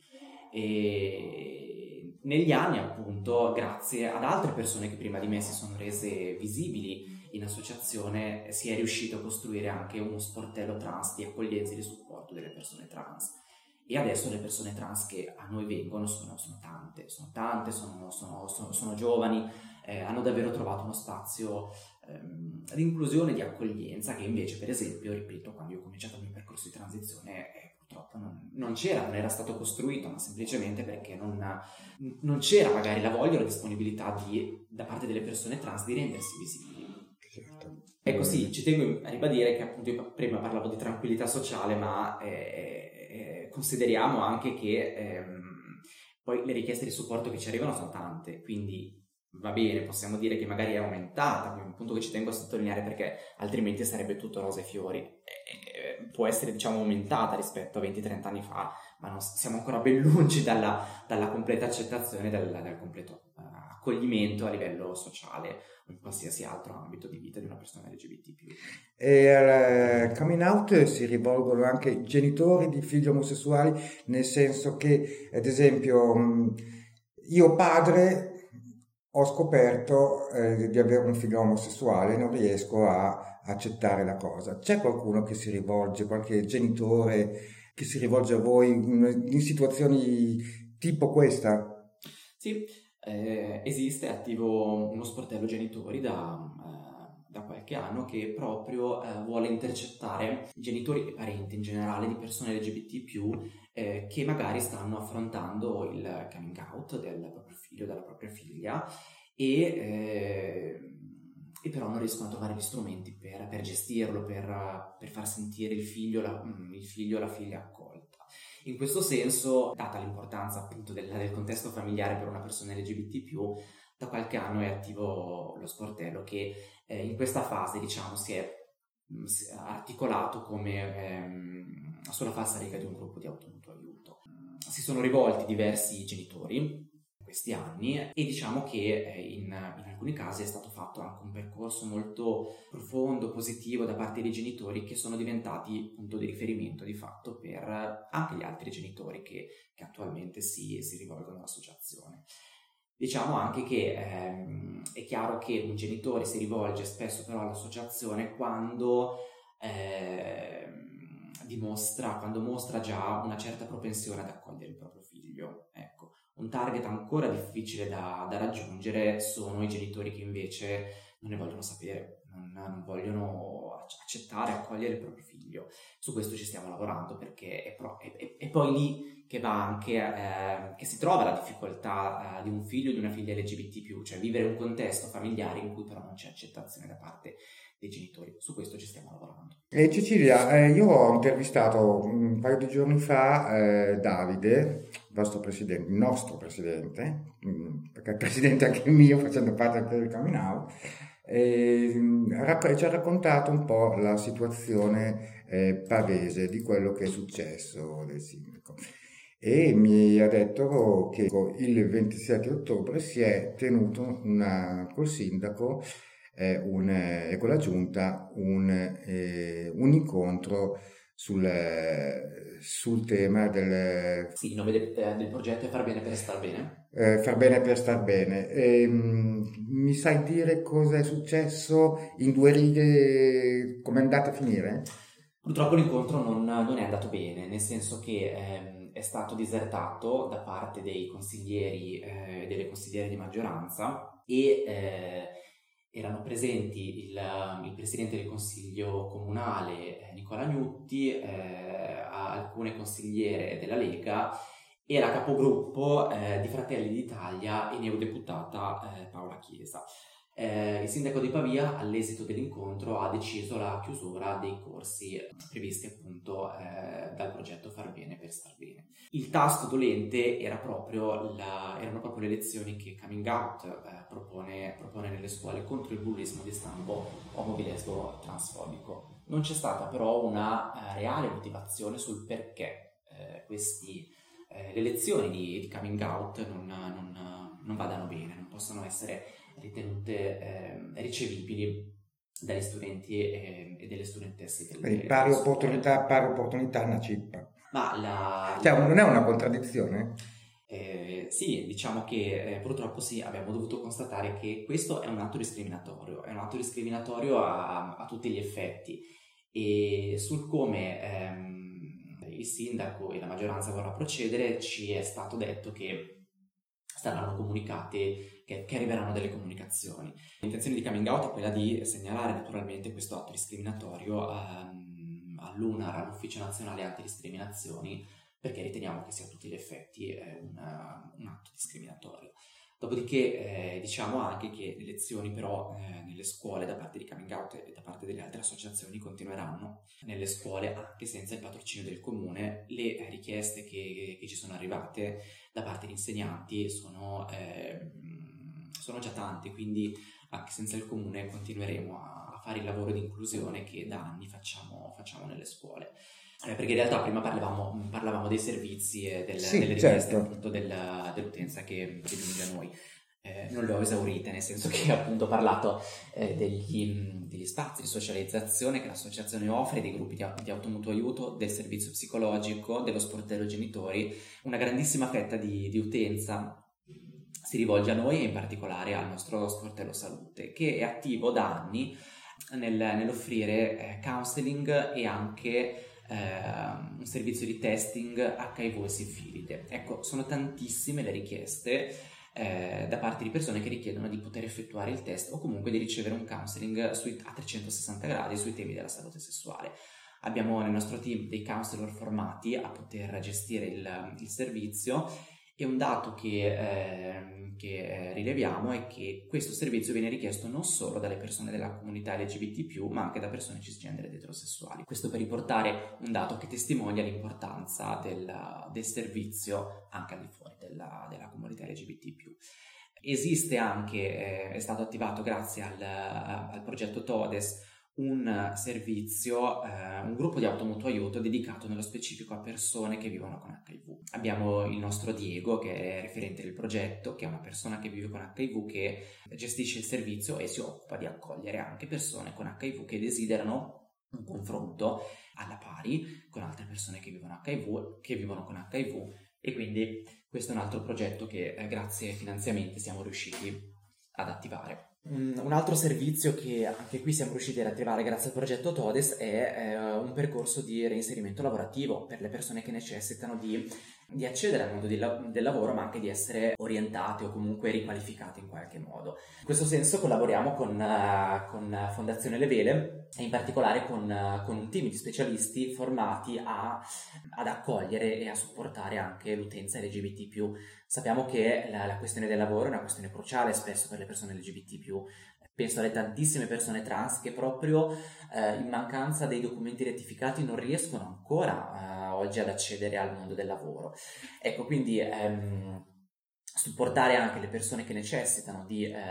Speaker 14: E negli anni appunto, grazie ad altre persone che prima di me si sono rese visibili in associazione, si è riuscito a costruire anche uno sportello trans di accoglienza e di supporto delle persone trans. E adesso le persone trans che a noi vengono sono, sono tante, sono tante, sono, sono, sono, sono giovani, eh, hanno davvero trovato uno spazio ehm, di inclusione, di accoglienza, che invece, per esempio, ripeto, quando io ho cominciato il mio percorso di transizione, eh, purtroppo non, non c'era, non era stato costruito, ma semplicemente perché non, non c'era magari la voglia o la disponibilità di, da parte delle persone trans di rendersi visibili.
Speaker 13: Certo.
Speaker 14: Ecco, sì, ci tengo a ribadire che appunto io prima parlavo di tranquillità sociale, ma eh, eh, consideriamo anche che ehm, poi le richieste di supporto che ci arrivano sono tante, quindi va bene, possiamo dire che magari è aumentata, quindi un punto che ci tengo a sottolineare perché altrimenti sarebbe tutto rose e fiori. Eh, può essere diciamo aumentata rispetto a venti trenta anni fa, ma non, siamo ancora ben lungi dalla, dalla completa accettazione, dal, dal completo uh, accoglimento a livello sociale o in qualsiasi altro ambito di vita di una persona L G B T più.
Speaker 13: E al coming out si rivolgono anche genitori di figli omosessuali, nel senso che, ad esempio, io padre ho scoperto eh, di avere un figlio omosessuale e non riesco a accettare la cosa. C'è qualcuno che si rivolge, qualche genitore che si rivolge a voi in, in situazioni tipo questa?
Speaker 14: Sì, eh, esiste, è attivo uno sportello genitori da, eh, da qualche anno che proprio eh, vuole intercettare i genitori e parenti in generale di persone L G B T più eh, che magari stanno affrontando il coming out del proprio figlio, della propria figlia e, eh, e però non riescono a trovare gli strumenti per, per gestirlo, per, per far sentire il figlio, la, il figlio o la figlia accolta. In questo senso, data l'importanza appunto del, del contesto familiare per una persona L G B T più, da qualche anno è attivo lo sportello che eh, in questa fase diciamo si è, si è articolato come ehm, sulla falsariga di un gruppo di automutuo aiuto. Si sono rivolti diversi genitori in questi anni e diciamo che eh, in, in alcuni casi è stato fatto anche un percorso molto profondo, positivo da parte dei genitori che sono diventati punto di riferimento di fatto per anche gli altri genitori che, che attualmente si, si rivolgono all'associazione. Diciamo anche che ehm, è chiaro che un genitore si rivolge spesso però all'associazione quando ehm, dimostra, quando mostra già una certa propensione ad accogliere il proprio figlio. Ecco, un target ancora difficile da, da raggiungere sono i genitori che invece non ne vogliono sapere, non, non vogliono accettare, accogliere il proprio figlio. Su questo ci stiamo lavorando perché è, pro, è, è, è poi lì che va anche, eh, che si trova la difficoltà eh, di un figlio o di una figlia L G B T più, cioè vivere un contesto familiare in cui però non c'è accettazione da parte dei genitori. Su questo ci stiamo lavorando.
Speaker 13: E Cecilia, eh, io ho intervistato un paio di giorni fa eh, Davide, il vostro presidente, il nostro presidente, mh, perché è il presidente anche mio, facendo parte anche del coming out, e, mh, ci ha raccontato un po' la situazione eh, pavese di quello che è successo del sindaco. E mi ha detto che il ventisette ottobre si è tenuto una, col sindaco eh, un, e con la giunta un, eh, un incontro sul, sul tema del...
Speaker 14: Sì, il nome del, del progetto è Far bene per star bene.
Speaker 13: Eh, far bene per star bene. E, mh, mi sai dire cosa è successo in due righe, come è andata a finire?
Speaker 14: Purtroppo l'incontro non, non è andato bene, nel senso che ehm, è stato disertato da parte dei consiglieri e eh, delle consigliere di maggioranza e eh, erano presenti il, il presidente del consiglio comunale eh, Nicola Gnutti, eh, alcune consigliere della Lega e la capogruppo eh, di Fratelli d'Italia e neodeputata eh, Paola Chiesa. Eh, il sindaco di Pavia, all'esito dell'incontro, ha deciso la chiusura dei corsi previsti appunto eh, dal progetto Far bene per star bene. Il tasto dolente era proprio la, erano proprio le lezioni che Coming Out eh, propone, propone nelle scuole contro il bullismo di stampo omobilesbo transfobico. Non c'è stata però una eh, reale motivazione sul perché eh, questi, eh, le lezioni di, di Coming Out non, non, non vadano bene, non possono essere ritenute eh, ricevibili dagli studenti e, e delle studentesse.
Speaker 13: Quindi pari opportunità, pari opportunità è una cippa.
Speaker 14: Ma la...
Speaker 13: Cioè, non è una contraddizione?
Speaker 14: Eh, sì, diciamo che eh, purtroppo sì, abbiamo dovuto constatare che questo è un atto discriminatorio, è un atto discriminatorio a, a tutti gli effetti e sul come ehm, il sindaco e la maggioranza vorrà procedere ci è stato detto che saranno comunicate, che, che arriveranno delle comunicazioni. L'intenzione di Coming Out è quella di segnalare naturalmente questo atto discriminatorio um, all'UNAR, all'Ufficio Nazionale Antidiscriminazioni, perché riteniamo che sia a tutti gli effetti eh, una, un atto discriminatorio. Dopodiché eh, diciamo anche che le lezioni però eh, nelle scuole da parte di Coming Out e da parte delle altre associazioni continueranno nelle scuole anche senza il patrocinio del comune. Le richieste che, che ci sono arrivate da parte di insegnanti sono, eh, sono già tante, quindi anche senza il comune continueremo a, a fare il lavoro di inclusione che da anni facciamo, facciamo nelle scuole. Eh, perché in realtà prima parlavamo, parlavamo dei servizi e del,
Speaker 13: sì,
Speaker 14: delle richieste
Speaker 13: certo.
Speaker 14: appunto della, dell'utenza che, che giunge a noi. Eh, non le ho esaurite, nel senso che appunto ho parlato eh, degli, degli spazi di socializzazione che l'associazione offre, dei gruppi di, di automutuo aiuto, del servizio psicologico, dello sportello genitori. Una grandissima fetta di, di utenza si rivolge a noi e in particolare al nostro sportello salute, che è attivo da anni nel, nell'offrire eh, counseling e anche Uh, un servizio di testing acca i vu e sifilide. Ecco, sono tantissime le richieste eh, da parte di persone che richiedono di poter effettuare il test o comunque di ricevere un counseling sui, a trecentosessanta gradi sui temi della salute sessuale. Abbiamo nel nostro team dei counselor formati a poter gestire il, il servizio e un dato che, eh, che rileviamo è che questo servizio viene richiesto non solo dalle persone della comunità L G B T più, ma anche da persone cisgender ed eterosessuali. Questo per riportare un dato che testimonia l'importanza del, del servizio anche al di fuori della, della comunità L G B T più. Esiste anche, eh, è stato attivato grazie al, al progetto TODES, un servizio, eh, un gruppo di automutuo aiuto dedicato nello specifico a persone che vivono con acca i vu. Abbiamo il nostro Diego, che è referente del progetto, che è una persona che vive con acca i vu, che gestisce il servizio e si occupa di accogliere anche persone con acca i vu che desiderano un confronto alla pari con altre persone che vivono acca i vu, che vivono con acca i vu, e quindi questo è un altro progetto che eh, grazie ai finanziamenti siamo riusciti ad attivare. Un altro servizio che anche qui siamo riusciti ad attivare grazie al progetto TODES è eh, un percorso di reinserimento lavorativo per le persone che necessitano di, di accedere al mondo di, del lavoro, ma anche di essere orientate o comunque riqualificate in qualche modo. In questo senso collaboriamo con, uh, con Fondazione Le Vele e in particolare con, uh, con un team di specialisti formati a, ad accogliere e a supportare anche l'utenza L G B T più. Sappiamo che la, la questione del lavoro è una questione cruciale spesso per le persone L G B T più. Penso alle tantissime persone trans che proprio eh, in mancanza dei documenti rettificati non riescono ancora eh, oggi ad accedere al mondo del lavoro. Ecco, quindi ehm, supportare anche le persone che necessitano di, eh,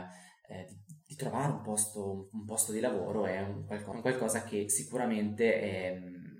Speaker 14: eh, di, di trovare un posto, un posto di lavoro è un qualcosa, un qualcosa che sicuramente è,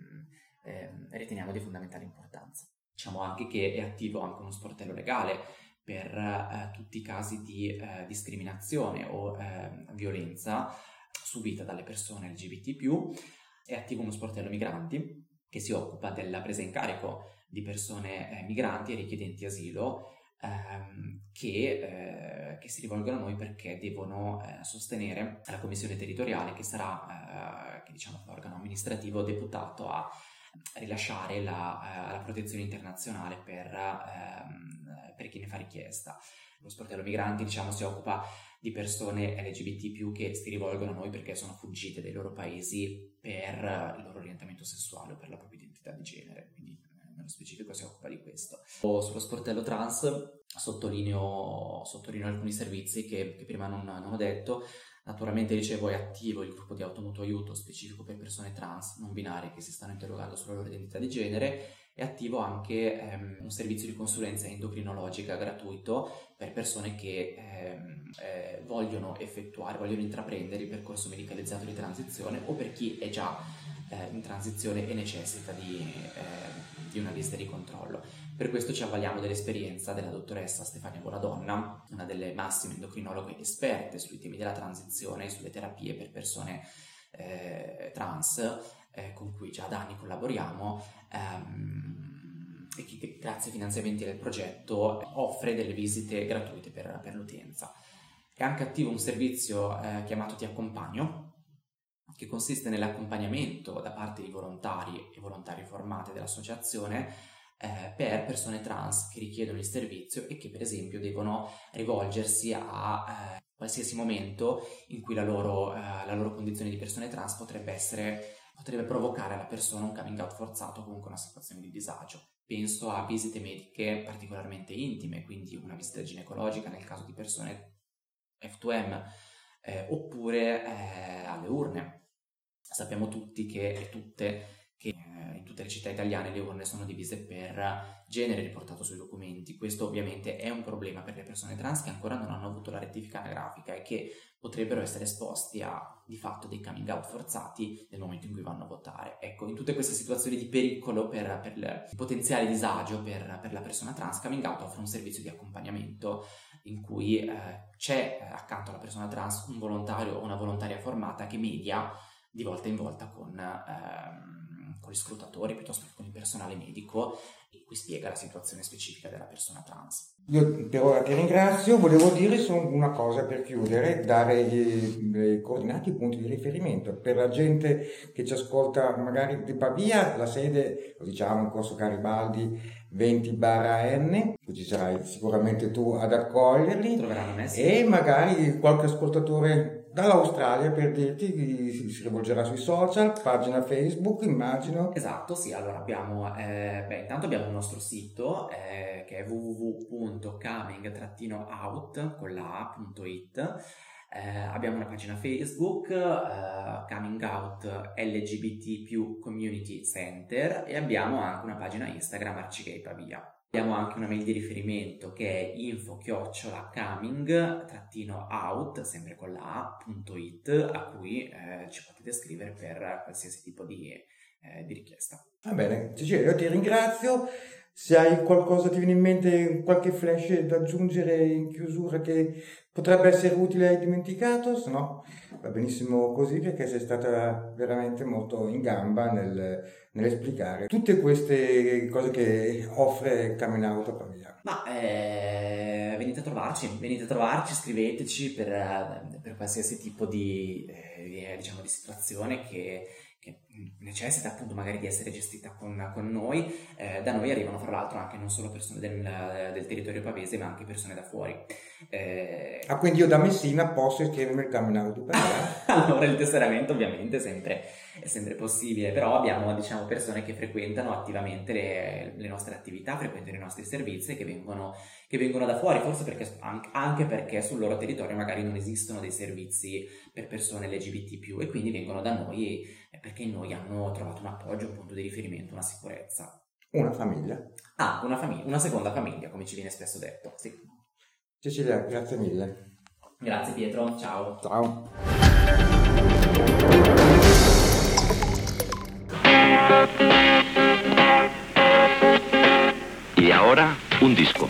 Speaker 14: è, riteniamo di fondamentale importanza. Diciamo anche che è attivo anche uno sportello legale per eh, tutti i casi di eh, discriminazione o eh, violenza subita dalle persone L G B T più. È attivo uno sportello migranti che si occupa della presa in carico di persone eh, migranti e richiedenti asilo ehm, che, eh, che si rivolgono a noi perché devono eh, sostenere la commissione territoriale, che sarà eh, che, diciamo, l'organo amministrativo deputato a rilasciare la, eh, la protezione internazionale per, ehm, per chi ne fa richiesta. Lo sportello migranti, diciamo, si occupa di persone L G B T più che si rivolgono a noi perché sono fuggite dai loro paesi per il loro orientamento sessuale o per la propria identità di genere, quindi eh, nello specifico si occupa di questo. O sullo sportello trans sottolineo, sottolineo alcuni servizi che, che prima non, non ho detto. Naturalmente, dicevo, è attivo il gruppo di automutuo aiuto specifico per persone trans non binarie che si stanno interrogando sulla loro identità di genere. È attivo anche ehm, un servizio di consulenza endocrinologica gratuito per persone che ehm, eh, vogliono effettuare, vogliono intraprendere il percorso medicalizzato di transizione, o per chi è già eh, in transizione e necessita di, eh, di una visita di controllo. Per questo ci avvaliamo dell'esperienza della dottoressa Stefania Bonadonna, una delle massime endocrinologhe esperte sui temi della transizione e sulle terapie per persone eh, trans, eh, con cui già da anni collaboriamo, ehm, e che grazie ai finanziamenti del progetto offre delle visite gratuite per, per l'utenza. È anche attivo un servizio eh, chiamato Ti Accompagno, che consiste nell'accompagnamento da parte di volontari e volontarie formate dell'associazione Eh, per persone trans che richiedono il servizio e che per esempio devono rivolgersi a eh, qualsiasi momento in cui la loro, eh, la loro condizione di persone trans potrebbe essere potrebbe provocare alla persona un coming out forzato o comunque una situazione di disagio. Penso a visite mediche particolarmente intime, quindi una visita ginecologica nel caso di persone F due M, eh, oppure eh, alle urne. Sappiamo tutti che e tutte che in tutte le città italiane le urne sono divise per genere riportato sui documenti. Questo ovviamente è un problema per le persone trans che ancora non hanno avuto la rettifica anagrafica e che potrebbero essere esposti a di fatto dei coming out forzati nel momento in cui vanno a votare. Ecco, in tutte queste situazioni di pericolo per, per il potenziale disagio per, per la persona trans, Coming Out offre un servizio di accompagnamento in cui eh, c'è eh, accanto alla persona trans un volontario o una volontaria formata che media di volta in volta con ehm, con gli scrutatori piuttosto che con il personale medico, in cui spiega la situazione specifica della persona trans.
Speaker 13: Io per ora ti ringrazio, volevo dire solo una cosa per chiudere, dare le coordinate, i punti di riferimento per la gente che ci ascolta magari di Pavia. La sede, lo diciamo, in Corso Garibaldi venti barra N, ci sarai sicuramente tu ad accoglierli.
Speaker 14: Troveranno me, sì.
Speaker 13: E magari qualche ascoltatore dall'Australia, per dirti, si rivolgerà sui social, pagina Facebook, immagino.
Speaker 14: Esatto, sì. Allora abbiamo, eh, beh, intanto abbiamo il nostro sito eh, che è w w w punto coming out con la a punto it. Eh, abbiamo una pagina Facebook, eh, Coming Out L G B T più Community Center, e abbiamo anche una pagina Instagram Arcigay Pavia. Abbiamo anche una mail di riferimento che è info chiocciola coming trattino out, sempre con la a punto it, a cui eh, ci potete scrivere per qualsiasi tipo di, eh, di richiesta.
Speaker 13: Va bene, Cecilia, io ti ringrazio. Se hai qualcosa, ti viene in mente qualche flash da aggiungere in chiusura che potrebbe essere utile e hai dimenticato, se no va benissimo così, perché sei stata veramente molto in gamba nel, nell'esplicare tutte queste cose che offre Coming Out a Pavia.
Speaker 14: Ma eh, venite a trovarci, venite a trovarci, scriveteci per, per qualsiasi tipo di, eh, diciamo, di situazione che che necessita appunto magari di essere gestita con, con noi. Eh, da noi arrivano fra l'altro anche non solo persone del, del territorio pavese, ma anche persone da fuori. Eh...
Speaker 13: Ah, quindi io da Messina posso iscrivermi al Coming Out di Pavia?
Speaker 14: Allora il tesseramento ovviamente è sempre, è sempre possibile, però abbiamo, diciamo, persone che frequentano attivamente le, le nostre attività, frequentano i nostri servizi e che vengono, che vengono da fuori, forse perché, anche perché sul loro territorio magari non esistono dei servizi per persone L G B T più, e quindi vengono da noi perché in noi hanno trovato un appoggio, un punto di riferimento, una sicurezza.
Speaker 13: Una famiglia.
Speaker 14: Ah, una famiglia, una seconda famiglia, come ci viene spesso detto, sì.
Speaker 13: Cecilia, grazie mille.
Speaker 14: Grazie Pietro, ciao.
Speaker 13: Ciao.
Speaker 10: Y ahora un disco.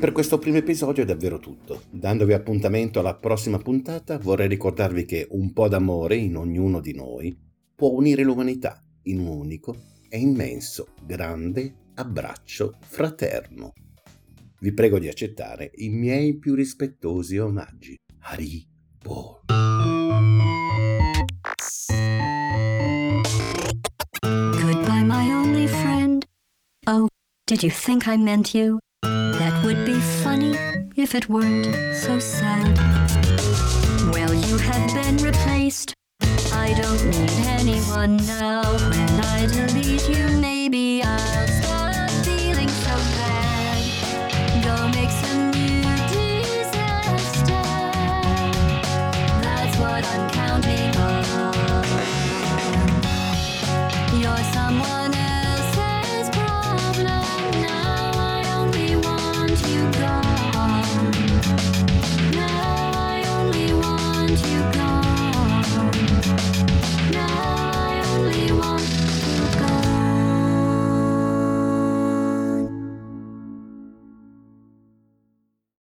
Speaker 4: per questo primo episodio è davvero tutto. Dandovi appuntamento alla prossima puntata, vorrei ricordarvi che un po' d'amore in ognuno di noi può unire l'umanità in un unico e immenso, grande abbraccio fraterno. Vi prego di accettare i miei più rispettosi omaggi. Hari Bol.
Speaker 15: Goodbye, my only friend. Oh, did you think I meant you? That would be funny if it weren't so sad. Well, you have been replaced. I don't need anyone now.